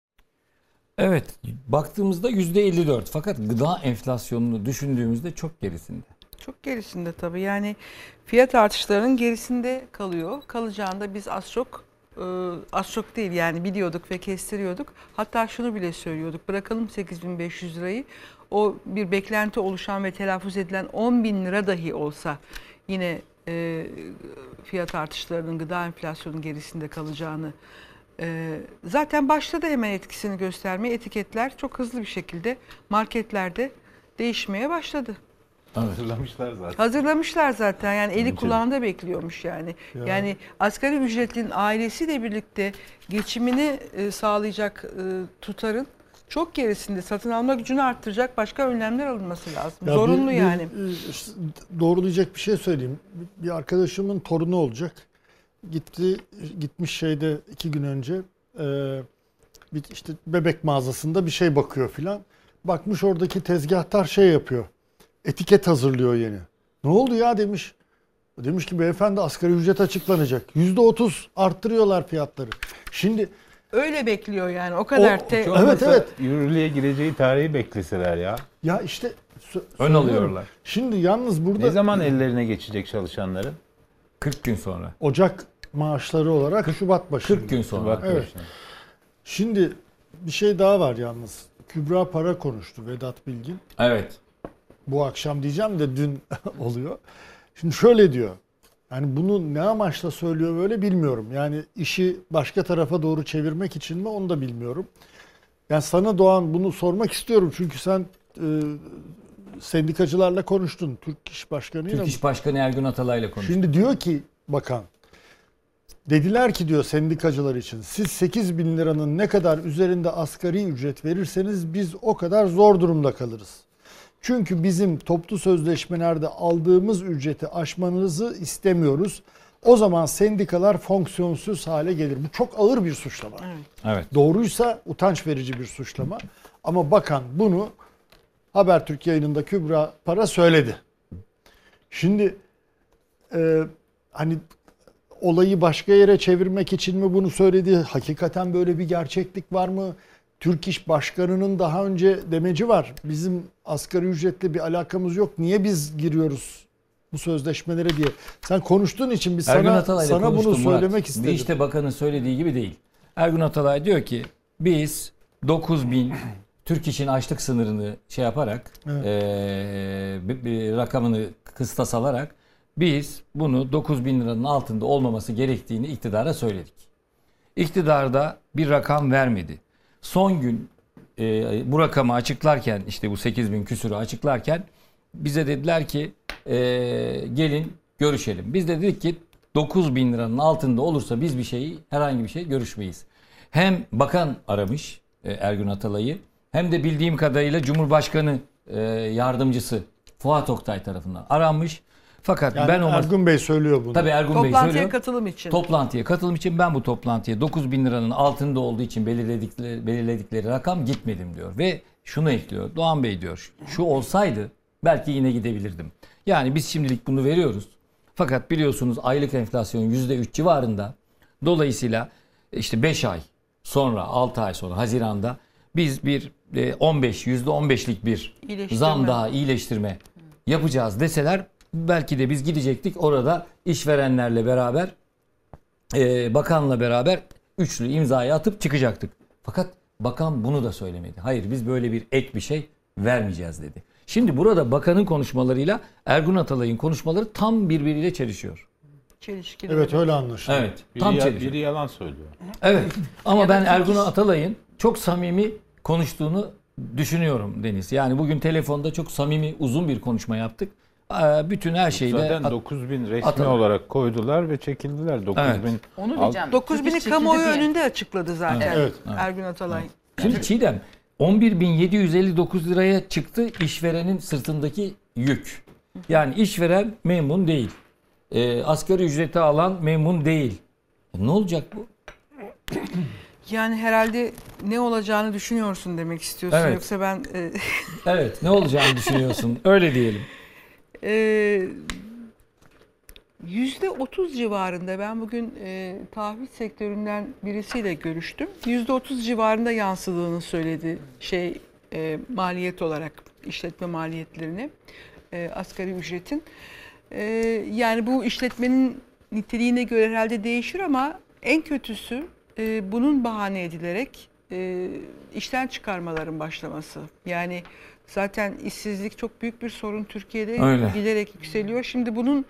Evet, baktığımızda yüzde elli dört, fakat gıda enflasyonunu düşündüğümüzde çok gerisinde. Çok gerisinde tabii. Yani fiyat artışlarının gerisinde kalıyor. Kalacağında biz az çok e, az çok değil yani biliyorduk ve kestiriyorduk. Hatta şunu bile söylüyorduk. Bırakalım sekiz bin beş yüz lirayı. O bir beklenti oluşan ve telaffuz edilen on bin lira dahi olsa yine e, fiyat artışlarının gıda enflasyonunun gerisinde kalacağını e, zaten başladı hemen etkisini göstermeye. Etiketler çok hızlı bir şekilde marketlerde değişmeye başladı. Hazırlamışlar zaten. Hazırlamışlar zaten yani eli Mümkün. kulağında bekliyormuş yani. Ya. Yani asgari ücretlinin ailesiyle birlikte geçimini e, sağlayacak e, tutarın çok gerisinde, satın alma gücünü arttıracak başka önlemler alınması lazım. Ya Zorunlu bir, bir, yani. e, doğrulayacak bir şey söyleyeyim. Bir arkadaşımın torunu olacak. Gitti gitmiş şeyde iki gün önce e, bir işte bebek mağazasında bir şey bakıyor filan. Bakmış oradaki tezgahtar şey yapıyor. Etiket hazırlıyor yeni. Ne oldu ya demiş. Demiş ki beyefendi asgari ücret açıklanacak. yüzde otuz arttırıyorlar fiyatları. Şimdi öyle bekliyor yani o kadar. O, te- evet evet. Yürürlüğe gireceği tarihi bekleseler ya. Ya işte ön alıyorlar. Şimdi yalnız burada ne zaman ellerine geçecek çalışanların? kırk gün sonra. Ocak maaşları olarak Şubat başı. kırk gün sonra. Şubat evet. Şimdi bir şey daha var yalnız. Kübra Para konuştu, Vedat Bilgin. Evet. Bu akşam diyeceğim de dün oluyor. Şimdi şöyle diyor. Yani bunu ne amaçla söylüyor böyle bilmiyorum. Yani işi başka tarafa doğru çevirmek için mi onu da bilmiyorum. Yani sana Doğan bunu sormak istiyorum. Çünkü sen e, sendikacılarla konuştun. Türk İş Başkanı'yla. Türk İş Başkanı Ergün Atalay'la konuştu. Şimdi diyor ki bakan, dediler ki diyor sendikacılar için siz sekiz bin liranın ne kadar üzerinde asgari ücret verirseniz biz o kadar zor durumda kalırız. Çünkü bizim toplu sözleşmelerde aldığımız ücreti aşmanızı istemiyoruz. O zaman sendikalar fonksiyonsuz hale gelir. Bu çok ağır bir suçlama. Evet. Evet. Doğruysa utanç verici bir suçlama. Ama bakan bunu Habertürk yayınında Kübra Para söyledi. Şimdi e, hani olayı başka yere çevirmek için mi bunu söyledi? Hakikaten böyle bir gerçeklik var mı? Türk İş Başkanı'nın daha önce demeci var. Bizim asgari ücretle bir alakamız yok. Niye biz giriyoruz bu sözleşmelere diye. Sen konuştuğun için biz Ergün sana, sana bunu söylemek Murat. istedim. İşte bakanın söylediği gibi değil. Ergün Atalay diyor ki biz dokuz bin Türk İş'in açlık sınırını şey yaparak Evet. e, bir, bir rakamını kıstas alarak biz bunu dokuz bin liranın altında olmaması gerektiğini iktidara söyledik. İktidarda bir rakam vermedi. Son gün e, bu rakamı açıklarken işte bu sekiz bin küsürü açıklarken bize dediler ki e, gelin görüşelim. Biz de dedik ki dokuz bin liranın altında olursa biz bir şeyi herhangi bir şey görüşmeyiz. Hem bakan aramış e, Ergün Atalay'ı hem de bildiğim kadarıyla Cumhurbaşkanı e, yardımcısı Fuat Oktay tarafından aranmış. Fakat Yani ben o Ergun Bey söylüyor bunu. Tabii Ergun Bey Toplantıya söylüyor. katılım için. Toplantıya katılım için ben bu toplantıya dokuz bin liranın altında olduğu için belirledikleri, belirledikleri rakam gitmedim diyor. Ve şunu ekliyor. Doğan Bey diyor şu olsaydı belki yine gidebilirdim. Yani biz şimdilik bunu veriyoruz. Fakat biliyorsunuz aylık enflasyon yüzde üç civarında. Dolayısıyla işte beş ay sonra, altı ay sonra Haziran'da biz bir on beş yüzde on beşlik bir zam daha, iyileştirme yapacağız deseler belki de biz gidecektik orada işverenlerle beraber e, bakanla beraber üçlü imzayı atıp çıkacaktık. Fakat bakan bunu da söylemedi. Hayır, biz böyle bir ek bir şey vermeyeceğiz dedi. Şimdi burada bakanın konuşmalarıyla Ergun Atalay'ın konuşmaları tam birbiriyle çelişiyor. Çelişkili. Evet, öyle anlaşılıyor. Evet. Biri, Tam ya, çelişiyor. biri yalan söylüyor. Evet. Ama Ya ben da Ergun ikisi- Atalay'ın çok samimi konuştuğunu düşünüyorum Deniz. Yani bugün telefonda çok samimi uzun bir konuşma yaptık. Ee, Bütün her şeyde Zaten at- dokuz bin resmi Atalı. olarak koydular ve çekildiler. dokuz bin Evet. Onu alt- diyeceğim. dokuz bini Çekildi kamuoyu diye. önünde açıkladı zaten Evet, evet. Ergun Atalay. Şimdi Çiğdem on bir bin yedi yüz elli dokuz liraya çıktı işverenin sırtındaki yük. Yani işveren memnun değil. Ee, asgari ücreti alan memnun değil. E, ne olacak bu? Yani herhalde ne olacağını düşünüyorsun demek istiyorsun. Evet. Yoksa ben... E, Evet, ne olacağını düşünüyorsun? Öyle diyelim. e, yüzde otuz civarında ben bugün e, tahvil sektöründen birisiyle görüştüm. yüzde otuz civarında yansıdığını söyledi şey e, maliyet olarak işletme maliyetlerini e, asgari ücretin. E, yani bu işletmenin niteliğine göre herhalde değişir ama en kötüsü e, bunun bahane edilerek e, işten çıkarmaların başlaması. Yani zaten işsizlik çok büyük bir sorun Türkiye'de. Öyle. Giderek yükseliyor. Şimdi bunun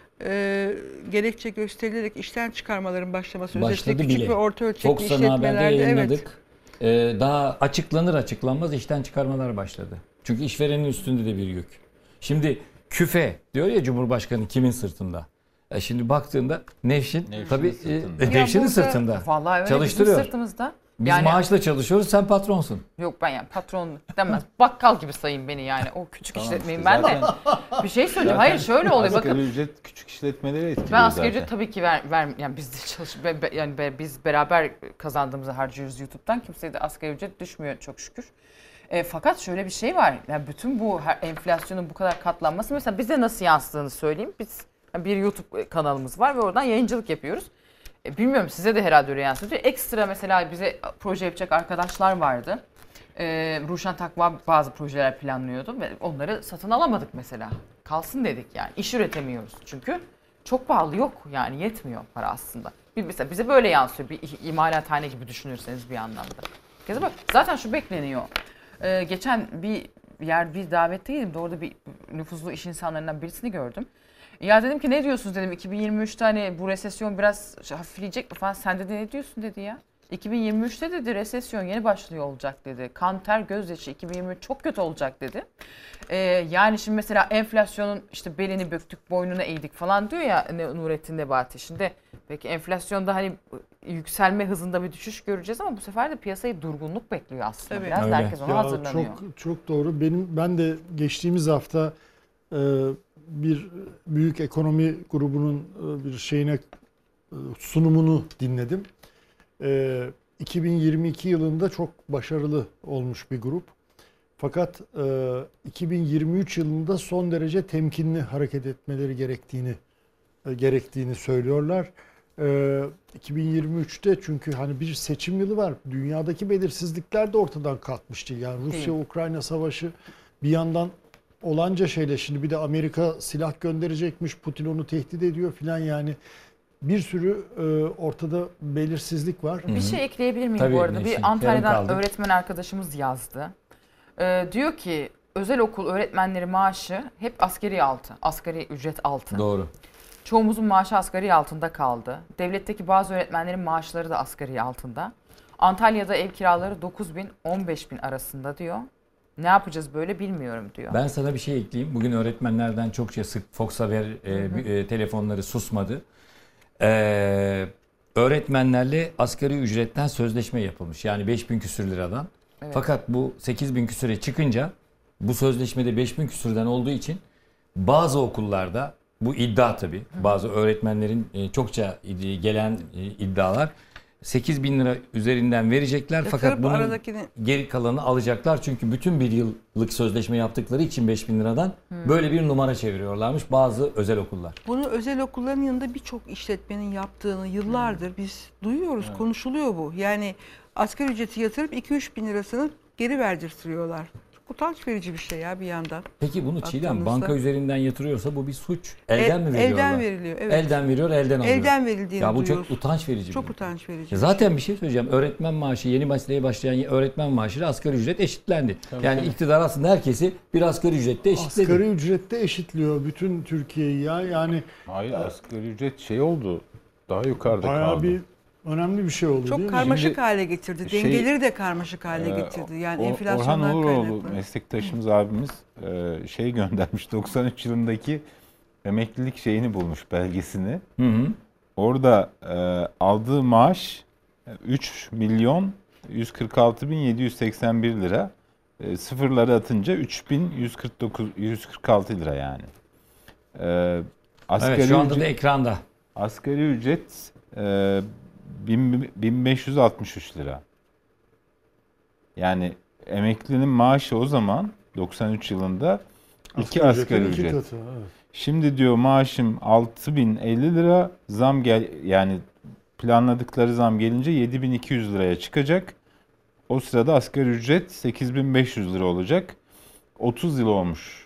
e, gerekçe gösterilerek işten çıkarmaların başlaması. Başladı özellikle küçük bile. ve orta ölçekli Fox Haber'de işletmelerde. yayınladık. Ee, daha açıklanır açıklanmaz işten çıkarmalar başladı. Çünkü işverenin üstünde de bir yük. Şimdi küfe diyor ya Cumhurbaşkanı kimin sırtında? E şimdi baktığında Nevşin, Nevşin'in tabii sırtında. e, Ya Nevşin'in burada- sırtında. Vallahi öyle Çalıştırıyor. bizim sırtımızda. Biz Yani- maaşla çalışıyoruz, sen patronsun. Yok ben yani patron demez. Bakkal gibi sayın beni yani. O küçük Tamam işletmeyim işte ben de. zaten- Bir şey söyleyeceğim. Zaten Hayır şöyle oluyor asgari bakın. ücret küçük işletmeleri etkiliyor Ben asgari zaten. ücret tabii ki ver, ver yani biz de çalış be- be- yani be- biz beraber kazandığımızı harcıyoruz YouTube'dan. Kimseye de asgari ücret düşmüyor çok şükür. E, fakat şöyle bir şey var. Yani bütün bu her- enflasyonun bu kadar katlanması mesela bize nasıl yansıdığını söyleyeyim. Biz yani bir YouTube kanalımız var ve oradan yayıncılık yapıyoruz. E, bilmiyorum size de herhalde öyle yansıdı. Ekstra mesela bize proje yapacak arkadaşlar vardı. E, Ruşen Takva bazı projeler planlıyordu ve onları satın alamadık mesela. Kalsın dedik yani. İş üretemiyoruz çünkü çok pahalı, yok yani yetmiyor para aslında. Bir, mesela bize böyle yansıyor bir imalathane gibi düşünürseniz bir anlamda. Keza bak zaten şu bekleniyor. Ee, geçen bir yer bir davetteydim de orada bir nüfuzlu iş insanlarından birisini gördüm. Ya dedim ki ne diyorsunuz dedim iki bin yirmi üçte hani bu resesyon biraz hafifleyecek mi falan, sen dedi ne diyorsun dedi ya. iki bin yirmi üçte dedi resesyon yeni başlıyor olacak dedi. Kan ter gözyaşı iki bin yirmi üç çok kötü olacak dedi. Ee, yani şimdi mesela enflasyonun işte belini böktük boynuna eğdik falan diyor ya Nurettin Nebati. Şimdi peki enflasyonda hani yükselme hızında bir düşüş göreceğiz ama bu sefer de piyasayı durgunluk bekliyor aslında. Tabii. Biraz Öyle. da herkes ona Ya hazırlanıyor. Çok çok doğru. Benim ben de geçtiğimiz hafta e, bir büyük ekonomi grubunun e, bir şeyine e, sunumunu dinledim. E, iki bin yirmi iki yılında çok başarılı olmuş bir grup. Fakat e, iki bin yirmi üç yılında son derece temkinli hareket etmeleri gerektiğini e, gerektiğini söylüyorlar. E, iki bin yirmi üçte çünkü hani bir seçim yılı var. Dünyadaki belirsizlikler de ortadan kalkmıştı. Yani Rusya-Ukrayna savaşı bir yandan olanca şeyle, şimdi bir de Amerika silah gönderecekmiş, Putin onu tehdit ediyor filan, yani bir sürü e, ortada belirsizlik var. Bir şey ekleyebilir miyim Tabii, bu arada? Neşin, Bir Antalya'dan yarım kaldı. öğretmen arkadaşımız yazdı. Ee, diyor ki özel okul öğretmenleri maaşı hep asgari altı, asgari ücret altı. Doğru. Çoğumuzun maaşı asgari altında kaldı. Devletteki bazı öğretmenlerin maaşları da asgari altında. Antalya'da ev kiraları dokuz bin on beş bin arasında diyor. Ne yapacağız böyle bilmiyorum diyor. Ben sana bir şey ekleyeyim. Bugün öğretmenlerden çokça sık Fox Haber e, e, telefonları susmadı. Ee, öğretmenlerle asgari ücretten sözleşme yapılmış. Yani beş bin küsür liradan. Evet. Fakat bu sekiz bin küsüre çıkınca bu sözleşmede beş bin küsürden olduğu için bazı okullarda, bu iddia tabii, bazı öğretmenlerin e, çokça gelen e, iddialar, sekiz bin lira üzerinden verecekler. Yatırıp Fakat bunun aradakini- geri kalanını alacaklar. Çünkü bütün bir yıllık sözleşme yaptıkları için beş bin liradan Hmm. böyle bir numara çeviriyorlarmış bazı özel okullar. Bunu özel okulların yanında birçok işletmenin yaptığını yıllardır biz duyuyoruz, Evet. konuşuluyor bu. Yani asgari ücreti yatırıp iki üç bin lirasını geri verdirtiyorlar. Çok utanç verici bir şey ya bir yandan. Peki bunu Çiğdem Baktığınızda- banka üzerinden yatırıyorsa bu bir suç. Elden El- mi veriyorlar? elden veriliyor, evet. Elden veriyor, elden alıyor. Elden verildiğini Ya bu duyuyoruz. çok utanç verici. Çok bir- utanç verici. Ya zaten bir şey söyleyeceğim. Öğretmen maaşı, yeni mesleğe başlayan öğretmen maaşıyla asgari ücret eşitlendi. Tabii, yani tabii. iktidar aslında herkesi bir asgari ücrette eşitledi. Asgari ücrette eşitliyor bütün Türkiye'yi ya. Yani Hayır, asgari ücret şey oldu. Daha yukarıda bayağı kaldı. bir önemli bir şey oldu değil Çok mi? karmaşık Şimdi hale getirdi. şey, Dengeleri de karmaşık hale Ee, getirdi. Yani O- enflasyondan Orhan Uğuroğlu kaynaklı. meslektaşımız abimiz e, şey göndermiş doksan üç yılındaki emeklilik şeyini bulmuş belgesini. Hı hı. Orada e, aldığı maaş e, üç milyon yüz kırk altı bin yedi yüz seksen bir lira. E, sıfırları atınca üç bin yüz kırk dokuz yüz kırk altı lira yani. E, asgari Evet, şu anda da ücret- ekranda. Asgari ücret e, bin- bin beş yüz altmış üç lira. Yani emeklinin maaşı o zaman doksan üç yılında iki Asgari asgari ücretin iki ücret. katı, evet. Şimdi diyor maaşım altı bin elli lira, zam gel yani planladıkları zam gelince yedi bin iki yüz liraya çıkacak. O sırada asgari ücret sekiz bin beş yüz lira olacak. otuz yıl olmuş.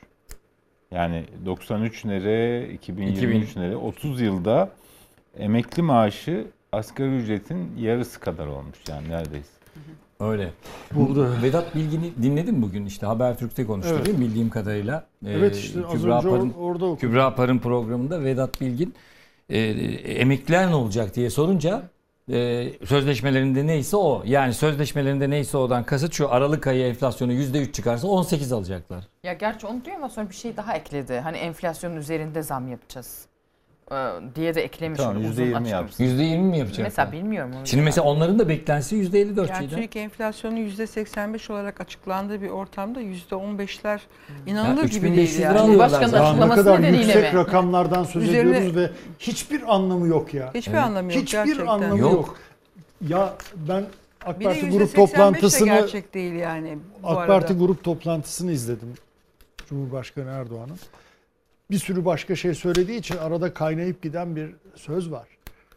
Yani doksan üç nere, iki bin yirmi üç nere, otuz yılda emekli maaşı asgari ücretin yarısı kadar olmuş yani neredeyse. Öyle. Burada- Vedat Bilgin'i dinledin bugün işte Habertürk'te konuştu Evet. değil mi bildiğim kadarıyla. Evet, işte az Kübra önce Par'ın, orada okudum. Kübra Par'ın programında Vedat Bilgin e, emekliler ne olacak diye sorunca e, sözleşmelerinde neyse o. Yani sözleşmelerinde neyse odan kasıt şu, Aralık ayı enflasyonu yüzde üç çıkarsa on sekiz alacaklar. Ya gerçi onu diyor ama sonra bir şey daha ekledi. Hani enflasyonun üzerinde zam yapacağız ee, diye de eklemiş. Tamam, Uzun yüzde yirmi açıklamış. yapsın. yüzde yirmi mi yapacaklar? Mesela bilmiyorum. onu. Şimdi mesela onların da beklentisi yüzde elli dört. Yani TÜİK enflasyonu yüzde seksen beş olarak açıklandığı bir ortamda yüzde on beşler inanılır Ya gibi üç bin beş değil yüz yani. lira alıyorlar Ya zaten. ne kadar nedeniyle yüksek mi? rakamlardan söz Üzerine- ediyoruz ve hiçbir anlamı yok ya. Hiçbir anlamı yok Hiçbir gerçekten. anlamı Yok. yok. Ya ben AK Bir de Parti yüzde grup seksen beş de toplantısını gerçek değil yani bu AK arada. Parti grup toplantısını izledim. Cumhurbaşkanı Erdoğan'ın. Bir sürü başka şey söylediği için arada kaynayıp giden bir söz var.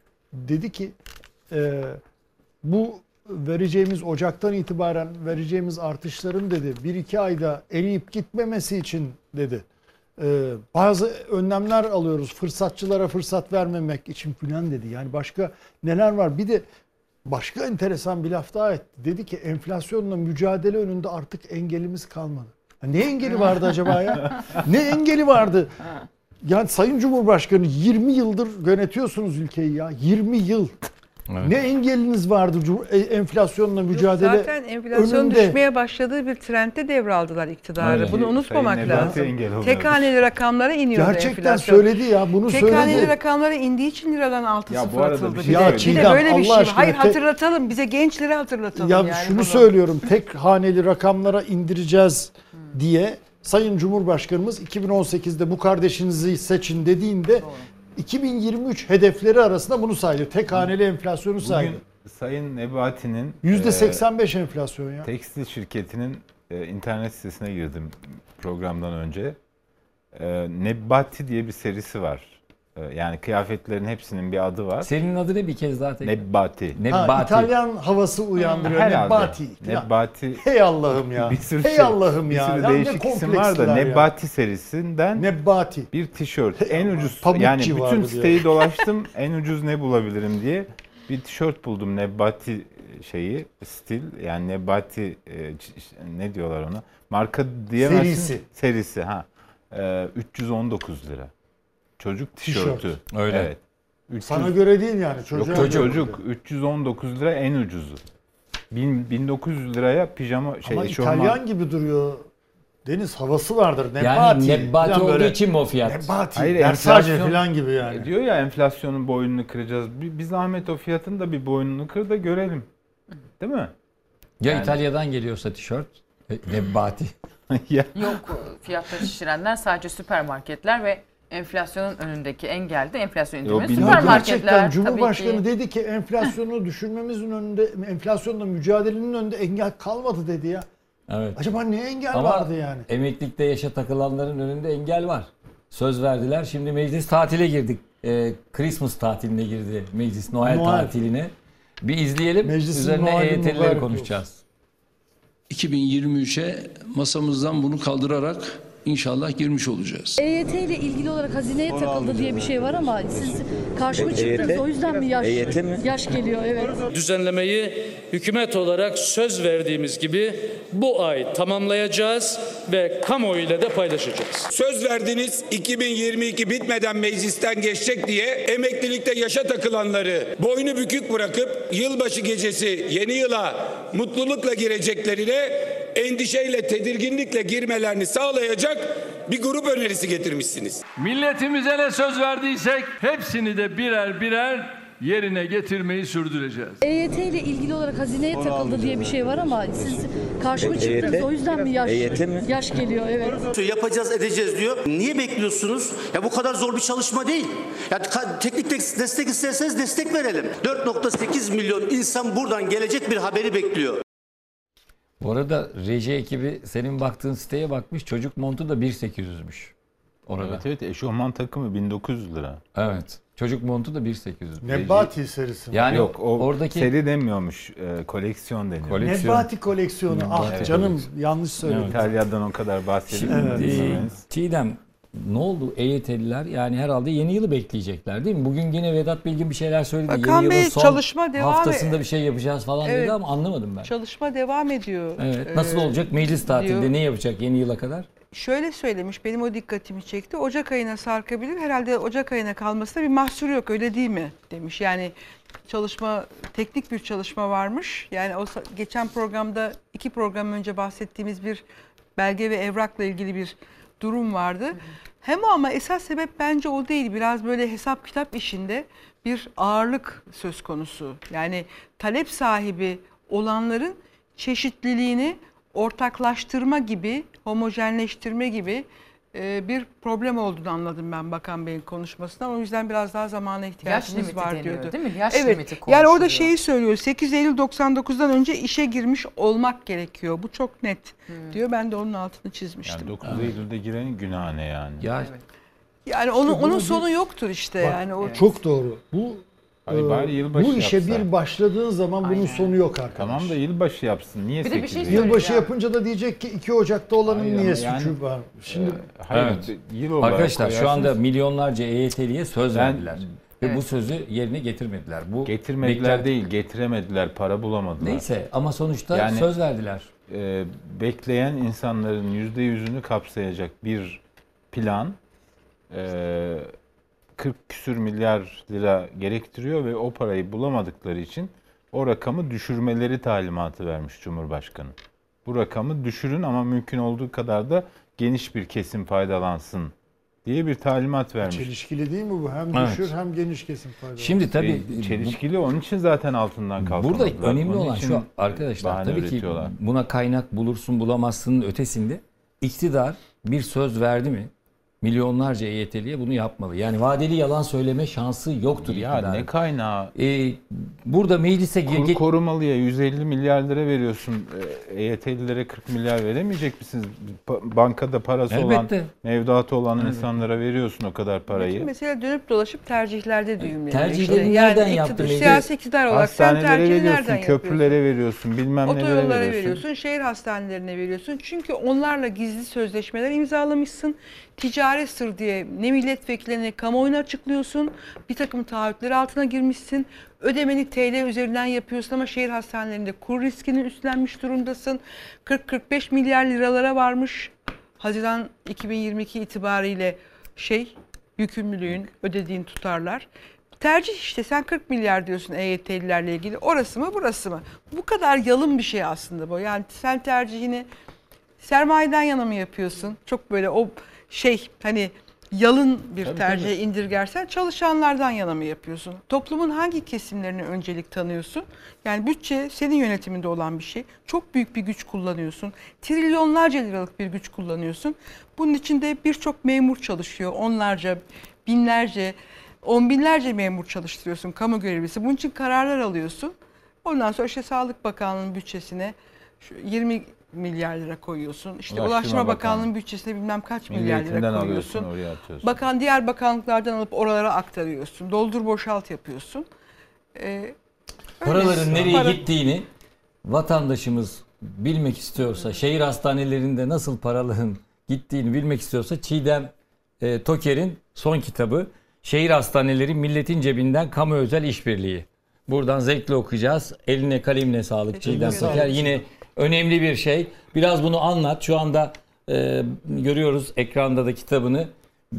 Dedi ki e, bu vereceğimiz Ocak'tan itibaren vereceğimiz artışların dedi bir iki ayda eriyip gitmemesi için dedi. e, bazı önlemler alıyoruz fırsatçılara fırsat vermemek için filan dedi. Yani başka neler var? Bir de başka enteresan bir laf daha etti. Dedi ki enflasyonla mücadele önünde artık engelimiz kalmadı. Ya ne engeli vardı acaba ya? Ne engeli vardı? Yani Sayın Cumhurbaşkanı yirmi yıldır yönetiyorsunuz ülkeyi ya. yirmi yıl. Evet. Ne engeliniz vardı Cum- e, enflasyonla mücadele Zaten enflasyon önünde? düşmeye başladığı bir trendde devraldılar iktidarı. Evet. Bunu unutmamak Sayın Nebati lazım. engel oluyordu. Tek haneli rakamlara iniyordu Gerçekten enflasyon. söyledi ya, bunu Tek söyledi. haneli rakamlara indiği için liradan altı Ya bu sıfır arada atıldı. bir Bir şey de, Ya bir de Çiğdem, böyle bir Allah şey var. aşkına Hayır tek- hatırlatalım. Bize gençlere hatırlatalım. Ya yani şunu bunu. söylüyorum, tek haneli rakamlara indireceğiz diye Sayın Cumhurbaşkanımız iki bin on sekizde bu kardeşinizi seçin dediğinde iki bin yirmi üç hedefleri arasında bunu saydı. Tek haneli enflasyonu saydı. Bugün Sayın Nebati'nin yüzde e, seksen beş enflasyon ya. tekstil şirketinin e, internet sitesine girdim programdan önce. E, Nebati diye bir serisi var. E, yani kıyafetlerin hepsinin bir adı var. Senin adı ne bir kez daha tekrar? Nebati. Nebati. Ha, İtalyan havası uyandırıyor. Herhalde. Nebati. falan. Nebati. Hey Allah'ım ya. Bir sürü hey şey- Allah'ım bir ya. sürü Ya ne değişik isim var da kompleksler ya. Nebati serisinden Nebati. bir tişört. En ucuz Pamukçi yani bütün vardı diyor. siteyi dolaştım. En ucuz ne bulabilirim diye bir tişört buldum. Nebati şeyi stil yani Nebati e, ç- ne diyorlar ona? Marka diyemezsin. Serisi. Serisi ha. E, üç yüz on dokuz lira. Çocuk tişörtü. Tişört. Öyle. Evet. üç yüz Sana göre değil yani. Çocuğa Yok göre. çocuk üç yüz on dokuz lira en ucuzu. bin, bin dokuz yüz liraya pijama şey Ama eşofman. İtalyan gibi duruyor. Deniz havası vardır. Nebati. Yani Nebati falan olduğu böyle. için mi o fiyat? Nebati. Hayır, Versace enflasyon- falan gibi yani. E, diyor ya enflasyonun boynunu kıracağız. Bir, bir zahmet o fiyatın da bir boynunu kır da görelim. Değil mi? Ya Yani- İtalya'dan geliyorsa tişört, e, Nebati. ya. Yok fiyatları şişirenler sadece süpermarketler ve Enflasyonun önündeki engel de enflasyon Yo, indirimi. ya Süpermarketler gerçekten Cumhurbaşkanı tabii ki. dedi ki enflasyonu düşürmemizin önünde, enflasyonla mücadelenin önünde engel kalmadı dedi ya. Evet. Acaba ne engel Ama vardı yani? emeklilikte yaşa takılanların önünde engel var. Söz verdiler. Şimdi meclis tatile girdik. Ee, Christmas tatiline girdi meclis. Noel, Noel. tatiline. Bir izleyelim. Meclisin Üzerine Noel'i E Y T'lileri mübarek konuşacağız. iki bin yirmi üçe masamızdan bunu kaldırarak inşallah girmiş olacağız. E Y T ile ilgili olarak hazineye takıldı diye bir şey var ama siz karşı mı çıktınız? O yüzden mi yaş, yaş geliyor? Evet. Düzenlemeyi hükümet olarak söz verdiğimiz gibi bu ay tamamlayacağız ve kamuoyu ile de paylaşacağız. Söz verdiniz iki bin yirmi iki bitmeden meclisten geçecek diye emeklilikte yaşa takılanları boynu bükük bırakıp yılbaşı gecesi yeni yıla mutlulukla gireceklerine endişeyle, tedirginlikle girmelerini sağlayacak bir grup önerisi getirmişsiniz. Milletimize ne söz verdiysek hepsini de birer birer yerine getirmeyi sürdüreceğiz. E Y T ile ilgili olarak hazineye takıldı diye bir şey var ama siz karşı mı çıktınız? O yüzden mi yaş, yaş geliyor? Evet. Yapacağız, edeceğiz diyor. Niye bekliyorsunuz? Ya bu kadar zor bir çalışma değil. Ya teknik destek isterseniz destek verelim. dört nokta sekiz milyon insan buradan gelecek bir haberi bekliyor. Bu arada reji ekibi senin baktığın siteye bakmış. Çocuk montu da bin sekiz yüzmüş orada. Evet evet, eşofman takımı bin dokuz yüz lira. Evet. Çocuk montu da bin sekiz yüz. Nebati serisi. Yani yok, o oradaki seri demiyormuş, e, koleksiyon deniyor. Koleksiyon. Nebati koleksiyonu. Ah Evet. canım yanlış söyledim. Evet. İtalya'dan o kadar bahsedildi. Şimdi Çiğdem, ne oldu? E Y T'liler yani herhalde yeni yılı bekleyecekler değil mi? Bugün yine Vedat Bilgin bir şeyler söyledi. Bakan yeni Bey, yılın son çalışma devam haftasında e- bir şey yapacağız falan Evet. dedi ama anlamadım ben. Çalışma devam ediyor. Evet. Nasıl Ee, olacak? Meclis tatilinde diyor. ne yapacak yeni yıla kadar? Şöyle söylemiş, benim o dikkatimi çekti. Ocak ayına sarkabilir. Herhalde Ocak ayına kalmasında bir mahsur yok, öyle değil mi demiş. Yani çalışma, teknik bir çalışma varmış. Yani o sa- geçen programda, iki program önce bahsettiğimiz bir belge ve evrakla ilgili bir durum vardı. Hı hı. Hem o ama esas sebep bence o değil. Biraz böyle hesap kitap işinde bir ağırlık söz konusu. Yani talep sahibi olanların çeşitliliğini ortaklaştırma gibi, homojenleştirme gibi e, bir problem olduğunu anladım ben Bakan Bey'in konuşmasından. O yüzden biraz daha zamana ihtiyacımız limiti var deniyor, diyordu. değil mi? Yaş evet. limiti Yani konuşuluyor. orada şeyi söylüyor. sekiz Eylül doksan dokuzdan önce işe girmiş olmak gerekiyor. Bu çok net Hmm. diyor. Ben de onun altını çizmiştim. Yani dokuz Eylül'de girenin günahı ne yani? Ya Evet. Yani onun İşte bunu onun bir- sonu yoktur işte. Bak, yani o çok doğru. Bu Ay e, bari yılbaşı bu işe yapsa. bir başladığın zaman bunun Aynen. sonu yok arkadaş. Tamam da yılbaşı yapsın. Niye Bir de bir sekiz şey Eylül? Yılbaşı söyleyeceğim. yapınca da diyecek ki iki Ocak'ta olanın Hayır niye ama yani- suçu var? Şimdi Hayır, Evet. yıl olarak Arkadaşlar şu anda koyarsınız. milyonlarca E Y T'liye söz Ben- verdiler. Ve Evet. bu sözü yerine getirmediler. Bu Getirmediler beklenti- değil, getiremediler, para bulamadılar. Neyse ama sonuçta Yani- söz verdiler. e, bekleyen insanların yüzde yüzünü kapsayacak bir plan e, kırk küsür milyar lira gerektiriyor ve o parayı bulamadıkları için o rakamı düşürmeleri talimatı vermiş Cumhurbaşkanı. Bu rakamı düşürün ama mümkün olduğu kadar da geniş bir kesim faydalansın diye bir talimat vermiş. çelişkili değil mi bu? Hem Evet. düşür hem geniş kesim faydalı. Şimdi tabii E, çelişkili, onun için zaten altından kalkamadılar. burada önemli Onun olan için şu arkadaşlar bahane tabii ki üretiyorlar. buna kaynak bulursun bulamazsının ötesinde iktidar bir söz verdi mi milyonlarca E Y T'liye bunu yapmalı. Yani vadeli yalan söyleme şansı yoktur Ya iktidarın. ne kaynağı? Ee, burada meclise Kur ge- korumalıya yüz elli milyar lira veriyorsun. E Y T'lilere kırk milyar veremeyecek misiniz? Pa- Bankada parası Elbette. olan, mevduatı olan insanlara veriyorsun o kadar parayı. mesela dönüp dolaşıp tercihlerde düğümleniyor. Tercihleri İşte nereden yani yaptı iktidar, meclis? siyasi iktidar olarak sen Hastanelere tercihi veriyorsun, nereden yapıyorsun? köprülere veriyorsun, bilmem nelere Otoyollara veriyorsun. veriyorsun, şehir hastanelerine veriyorsun. Çünkü onlarla gizli sözleşmeler imzalamışsın. Ticari sır diye ne milletvekillerine, kamuoyuna açıklıyorsun. Bir takım taahhütler altına girmişsin. Ödemeni T L üzerinden yapıyorsun ama şehir hastanelerinde kur riskini üstlenmiş durumdasın. kırk kırk beş milyar liralara varmış. Haziran iki bin yirmi iki itibariyle şey yükümlülüğün ödediğin tutarlar. Tercih işte, sen kırk milyar diyorsun E Y T'lilerle ilgili. Orası mı burası mı? Bu kadar yalın bir şey aslında bu. Yani sen tercihini sermayeden yana mı yapıyorsun? Çok böyle o şey hani yalın bir Tabii, tercihe tabii. indirgersen çalışanlardan yana mı yapıyorsun? Toplumun hangi kesimlerine öncelik tanıyorsun? Yani bütçe senin yönetiminde olan bir şey. Çok büyük bir güç kullanıyorsun. Trilyonlarca liralık bir güç kullanıyorsun. Bunun içinde birçok memur çalışıyor. Onlarca, binlerce, on binlerce memur çalıştırıyorsun, kamu görevlisi. Bunun için kararlar alıyorsun. Ondan sonra işte Sağlık Bakanlığı'nın bütçesine şu yirmi milyar lira koyuyorsun. İşte Ulaştırma Ulaştırma Bakanlığı. Bakanlığı'nın bütçesine bilmem kaç milyar lira Milliyetinden koyuyorsun. alıyorsun, oraya atıyorsun. Bakan diğer bakanlıklardan alıp oralara aktarıyorsun. Doldur boşalt yapıyorsun. Ee, Paraların öyle. nereye Para- gittiğini vatandaşımız bilmek istiyorsa, şehir hastanelerinde nasıl paraların gittiğini bilmek istiyorsa Çiğdem e, Toker'in son kitabı Şehir Hastaneleri Milletin Cebinden Kamu Özel İşbirliği. Buradan zevkle okuyacağız. Eline kalemine sağlık Çiğdem Sağlık. Toker. Yine önemli bir şey. Biraz bunu anlat. Şu anda e, görüyoruz ekranda da kitabını.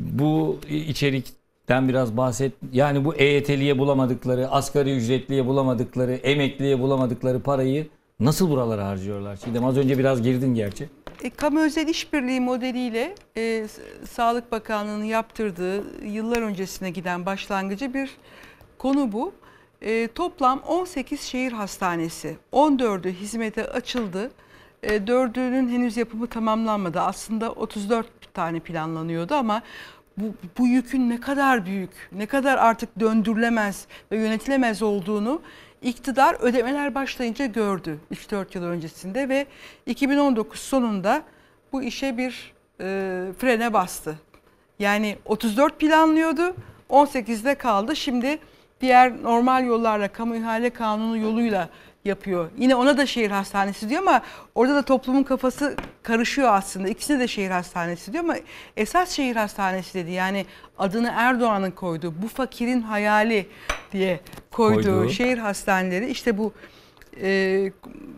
Bu içerikten biraz bahset. Yani bu E Y T'liye bulamadıkları, asgari ücretliye bulamadıkları, emekliye bulamadıkları parayı nasıl buralara harcıyorlar? Çiğdem az önce biraz girdin gerçi. E, kamu özel işbirliği modeliyle e, Sağlık Bakanlığı'nın yaptırdığı yıllar öncesine giden başlangıcı bir konu bu. E, toplam on sekiz şehir hastanesi, on dördü hizmete açıldı. E, dördünün henüz yapımı tamamlanmadı. Aslında otuz dört tane planlanıyordu ama bu, bu yükün ne kadar büyük, ne kadar artık döndürülemez ve yönetilemez olduğunu iktidar ödemeler başlayınca gördü üç dört yıl öncesinde ve iki bin on dokuz sonunda bu işe bir e, frene bastı. Yani otuz dört planlıyordu, on sekizde kaldı. Şimdi diğer normal yollarla, kamu ihale kanunu yoluyla yapıyor. Yine ona da şehir hastanesi diyor ama orada da toplumun kafası karışıyor aslında. İkisine de şehir hastanesi diyor ama esas şehir hastanesi dedi. Yani adını Erdoğan'ın koyduğu, bu fakirin hayali diye koyduğu Koydu. şehir hastaneleri işte bu e,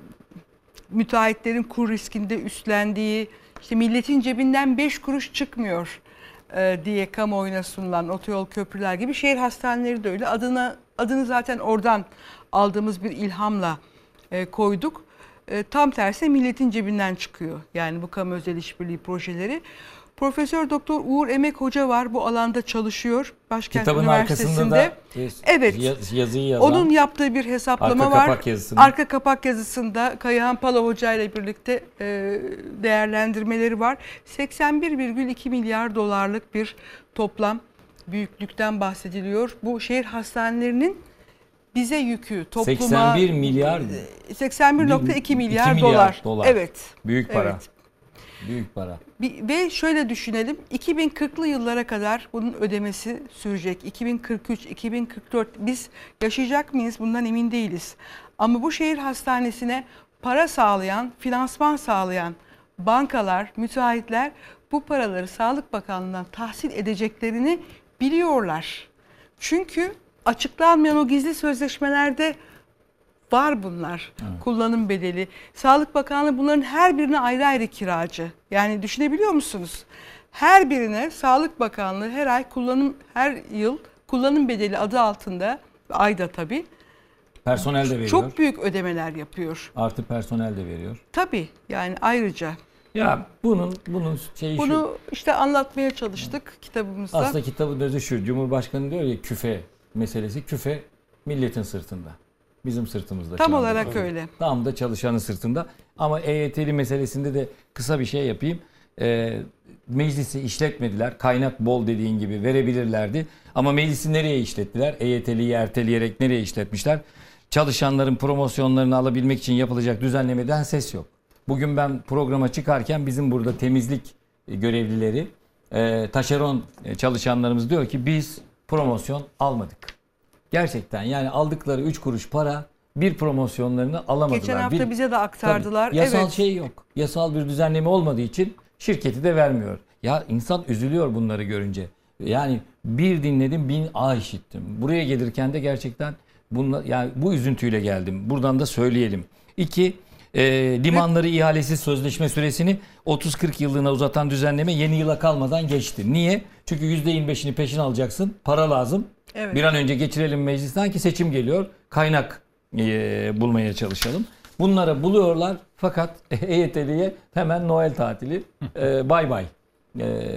müteahhitlerin kur riskinde üstlendiği, işte milletin cebinden beş kuruş çıkmıyor e, diye kamuoyuna sunulan otoyol, köprüler gibi şehir hastaneleri de öyle. Adını, adını zaten oradan aldığımız bir ilhamla e, koyduk. E, tam tersine milletin cebinden çıkıyor. Yani bu kamu özel işbirliği projeleri. Profesör Doktor Uğur Emek Hoca var. Bu alanda çalışıyor. Başkent Kitabın Üniversitesi'nde. arkasında da evet. yazıyı yazan. Onun yaptığı bir hesaplama arka var. Kapak yazısında. Arka kapak yazısında Kayahan Pala Hoca ile birlikte e, değerlendirmeleri var. seksen bir virgül iki milyar dolarlık bir toplam büyüklükten bahsediliyor. Bu şehir hastanelerinin bize yükü, topluma seksen bir milyar seksen bir virgül iki milyar, milyar dolar. dolar. Evet. Büyük para. Evet. Büyük para. Bir, ve şöyle düşünelim, iki bin kırklı yıllara kadar bunun ödemesi sürecek. iki bin kırk üç, iki bin kırk dört biz yaşayacak mıyız bundan emin değiliz. Ama bu şehir hastanesine para sağlayan, finansman sağlayan bankalar, müteahhitler bu paraları Sağlık Bakanlığı'ndan tahsil edeceklerini biliyorlar. Çünkü açıklanmayan o gizli sözleşmelerde var bunlar. Evet. Kullanım bedeli. Sağlık Bakanlığı bunların her birine ayrı ayrı kiracı. Yani düşünebiliyor musunuz? Her birine Sağlık Bakanlığı her ay kullanım, her yıl kullanım bedeli adı altında, ayda tabii. Personel de veriyor. Çok büyük ödemeler yapıyor. Artı personel de veriyor. Tabii yani ayrıca. Ya bunun bunun şeyi Bunu şu. Bunu işte anlatmaya çalıştık kitabımızda. Aslında kitabın özü şu. Cumhurbaşkanı diyor ya küfe meselesi. Küfe milletin sırtında. Bizim sırtımızda. Tam olarak öyle. Tam da çalışanın sırtında. Ama E Y T'li meselesinde de kısa bir şey yapayım. Ee, meclisi işletmediler. Kaynak bol dediğin gibi verebilirlerdi. Ama meclisi nereye işlettiler? E Y T'liyi erteleyerek nereye işletmişler? Çalışanların promosyonlarını alabilmek için yapılacak düzenlemeden ses yok. Bugün ben programa çıkarken bizim burada temizlik görevlileri, e, taşeron çalışanlarımız diyor ki biz promosyon almadık. Gerçekten yani aldıkları üç kuruş para bir promosyonlarını alamadılar. Geçen hafta bir, bize de aktardılar. Tabii, yasal evet. şey yok. Yasal bir düzenleme olmadığı için şirketi de vermiyor. Ya insan üzülüyor bunları görünce. Yani bir dinledim bin a işittim. Buraya gelirken de gerçekten bunla, yani bu üzüntüyle geldim. Buradan da söyleyelim. İki, e, limanları ihalesiz sözleşme süresini otuz kırk yıllığına uzatan düzenleme yeni yıla kalmadan geçti. Niye? Çünkü yüzde yirmi beşini peşin alacaksın. Para lazım. Evet. Bir an önce geçirelim meclisten ki seçim geliyor. Kaynak e, bulmaya çalışalım. Bunlara buluyorlar fakat E Y T'liye hemen Noel tatili. E, bay bay. E,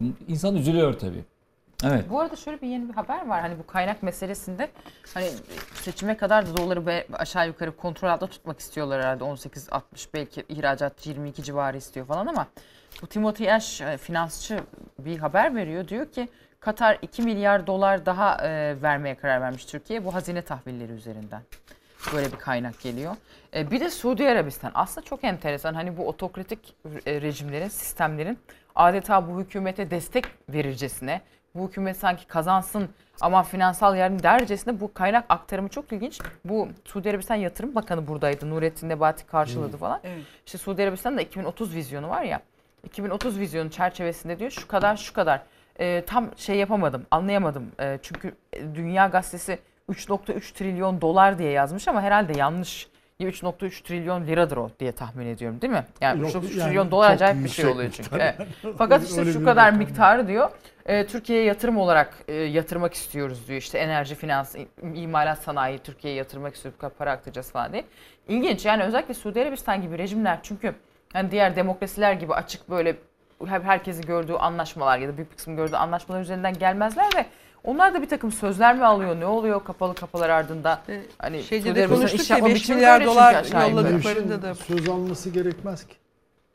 İnsan üzülüyor tabii. Evet. Bu arada şöyle bir yeni bir haber var. Hani bu kaynak meselesinde hani seçime kadar da doları aşağı yukarı kontrol altında tutmak istiyorlar herhalde. on sekiz altmış belki ihracat yirmi iki civarı istiyor falan ama bu Timothy Ash finansçı bir haber veriyor. Diyor ki Katar iki milyar dolar daha e, vermeye karar vermiş Türkiye'ye bu hazine tahvilleri üzerinden. Böyle bir kaynak geliyor. E, bir de Suudi Arabistan. Aslında çok enteresan. Hani bu otokratik e, rejimlerin, sistemlerin adeta bu hükümete destek verircesine, bu hükümet sanki kazansın ama finansal yardım dercesine bu kaynak aktarımı çok ilginç. Bu Suudi Arabistan Yatırım Bakanı buradaydı. Nurettin Nebati karşıladı falan. Evet. İşte Suudi Arabistan'da iki bin otuz vizyonu var ya. iki bin otuz vizyonu çerçevesinde diyor şu kadar şu kadar. E, tam şey yapamadım, anlayamadım. E, çünkü Dünya Gazetesi üç nokta üç trilyon dolar diye yazmış ama herhalde yanlış. üç nokta üç trilyon liradır o diye tahmin ediyorum değil mi? Yani Yok, üç nokta üç yani trilyon dolar acayip bir şey oluyor çünkü. Evet. Fakat işte şu kadar miktarı diyor. E, Türkiye'ye yatırım olarak e, yatırmak istiyoruz diyor. İşte enerji, finans, imalat sanayi Türkiye'ye yatırmak istiyoruz. Para aktaracağız falan diye. İlginç yani özellikle Suudi Arabistan gibi rejimler çünkü hani diğer demokrasiler gibi açık böyle herkesi gördüğü anlaşmalar ya da büyük bir kısmı gördüğü anlaşmalar üzerinden gelmezler de onlar da bir takım sözler mi alıyor? Ne oluyor kapalı kapılar ardında? Hani şeyde de konuştuk ya beş milyar dolar yolladıklarında da. Söz alması gerekmez ki.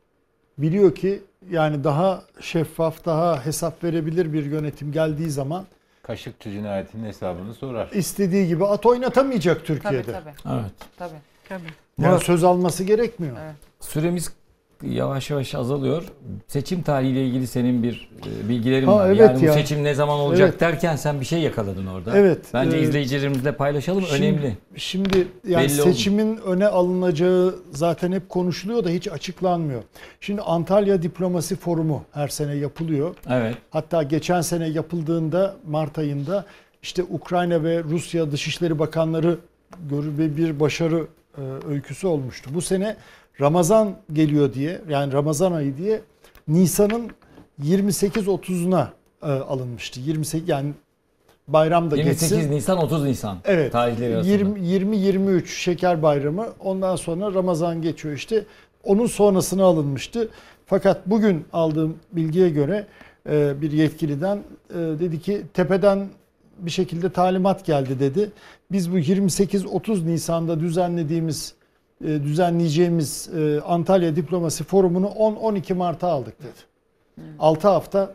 Biliyor ki yani daha şeffaf, daha hesap verebilir bir yönetim geldiği zaman Kaşıkçı cinayetinin hesabını sorar. İstediği gibi at oynatamayacak Türkiye'de. Tabii tabii. Evet. Tabii. tabii. Yani Murat, söz alması gerekmiyor. Evet. Süremiz yavaş yavaş azalıyor. Seçim tarihiyle ilgili senin bir e, bilgilerin ha, var. Evet yani ya. bu seçim ne zaman olacak evet. derken sen bir şey yakaladın orada. Evet. Bence e, izleyicilerimizle paylaşalım. Şimdi, önemli. Şimdi yani Belli seçimin oldu. öne alınacağı zaten hep konuşuluyor da hiç açıklanmıyor. Şimdi Antalya Diplomasi Forumu her sene yapılıyor. Evet. Hatta geçen sene yapıldığında Mart ayında işte Ukrayna ve Rusya Dışişleri Bakanları ve bir başarı e, öyküsü olmuştu. Bu sene Ramazan geliyor diye yani Ramazan ayı diye Nisan'ın yirmi sekiz otuzuna e, alınmıştı. yirmi sekiz yani bayram da yirmi geçsin. sekiz Nisan otuz Nisan evet, tarihleri arasında. yirmi yirmi üç Şeker Bayramı ondan sonra Ramazan geçiyor işte. Onun sonrasına alınmıştı. Fakat bugün aldığım bilgiye göre e, bir yetkiliden e, dedi ki tepeden bir şekilde talimat geldi dedi. Biz bu yirmi sekiz otuz Nisan'da düzenlediğimiz düzenleyeceğimiz Antalya Diplomasi Forumu'nu on on iki Mart'a aldık dedi. Hmm. altı hafta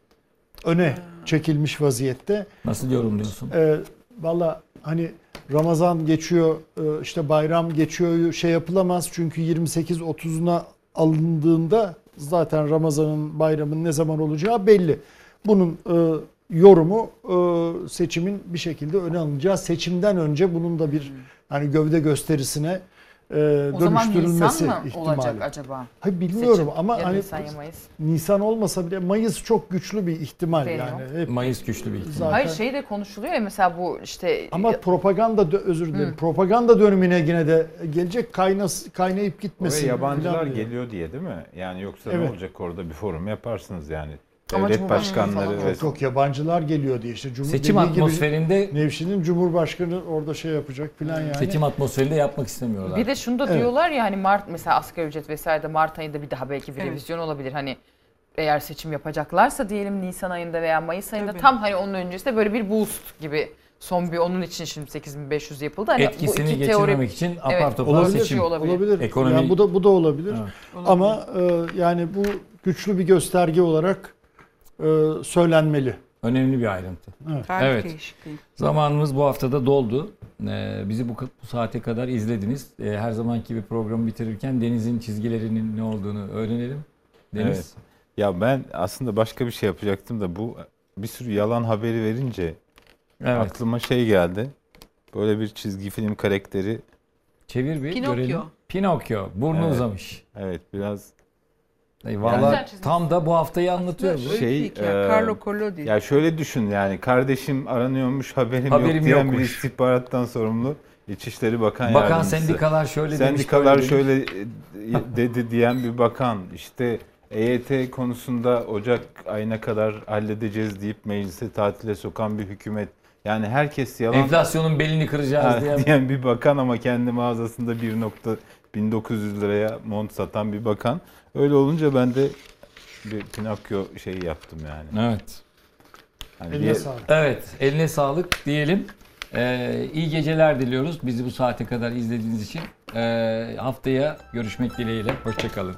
öne çekilmiş vaziyette. Nasıl yorumluyorsun? E, Valla hani Ramazan geçiyor, işte bayram geçiyor şey yapılamaz. Çünkü yirmi sekiz otuzuna alındığında zaten Ramazan'ın bayramın ne zaman olacağı belli. Bunun e, yorumu e, seçimin bir şekilde öne alınacağı. Seçimden önce bunun da bir hani gövde gösterisine e, dönüştürülmesi Nisan mı ihtimali. olacak acaba? Hayır bilmiyorum Seçim. ama ya hani Nisan ya Mayıs. Nisan olmasa bile Mayıs çok güçlü bir ihtimal Benim yani. o. Hep Mayıs güçlü bir ihtimal. zaten. Hayır şey de konuşuluyor ya mesela bu işte Ama propaganda dö- özür dilerim. Hı. Propaganda dönemine yine de gelecek kaynas kaynayıp gitmesin. Oraya yabancılar falan diye. geliyor diye değil mi? Yani yoksa Evet. ne olacak orada bir forum yaparsınız yani. Ama Devlet Cumhurbaşkanı başkanları falan ve Çok yabancılar geliyor diye işte. Cumhur, Seçim dediği gibi atmosferinde Nevşin'in Cumhurbaşkanı orada şey yapacak falan yani. seçim atmosferinde yapmak istemiyorlar. bir de şunu da Evet. diyorlar ya hani Mart mesela asgari ücret vesaire de Mart ayında bir daha belki bir Evet. revizyon olabilir. Hani eğer seçim yapacaklarsa diyelim Nisan ayında veya Mayıs ayında Tabii. tam hani onun öncesinde böyle bir boost gibi son bir onun için şimdi sekiz bin beş yüz yapıldı. Hani Etkisini bu iki geçirmemek teori için apar evet, topar olabilir, seçim. olabilir. Olabilir. Ekonomi- Yani bu da bu da olabilir. Evet. Ama e, yani bu güçlü bir gösterge olarak e, söylenmeli. Önemli bir ayrıntı. Evet. Tarih Evet. değişikliği. Zamanımız bu haftada doldu. Ee, bizi bu, bu saate kadar izlediniz. Ee, her zamanki gibi programı bitirirken Deniz'in çizgilerinin ne olduğunu öğrenelim. Deniz. Evet. Ya ben aslında başka bir şey yapacaktım da bu bir sürü yalan haberi verince Evet. aklıma şey geldi. Böyle bir çizgi film karakteri. Çevir bir Pinokyo. görelim. Pinokyo. Burnu Evet. uzamış. Evet biraz E, Vallahi Yani- tam da bu haftayı anlatıyor bu. Öyle Şey, bir hikaye. e, Carlo Collodi. ya şöyle düşün yani kardeşim aranıyormuş haberim, Haberim yok diyen bir yokmuş. istihbarattan sorumlu İçişleri Bakan Bakan Yardımcısı. sendikalar şöyle demiş. Sendikalar böyle demiş. şöyle e, dedi diyen bir bakan. İşte E Y T konusunda Ocak ayına kadar halledeceğiz deyip meclise tatile sokan bir hükümet. Yani herkes yalan Enflasyonun belini kıracağız Ha, diye. diyen bir bakan ama kendi mağazasında bir nokta bin dokuz yüz liraya mont satan bir bakan. Öyle olunca ben de bir Pinokyo şeyi yaptım yani. Evet. Hani Eline diye... sağlık. Evet, eline sağlık diyelim. Ee, iyi geceler diliyoruz bizi bu saate kadar izlediğiniz için. Ee, haftaya görüşmek dileğiyle. Hoşçakalın.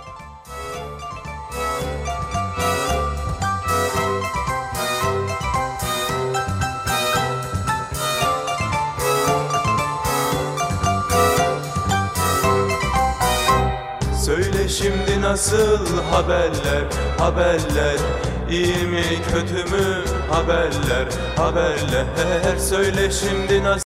Söyle şimdi nasıl haberler, haberler, iyi mi kötü mü haberler, haberler. Söyle şimdi nasıl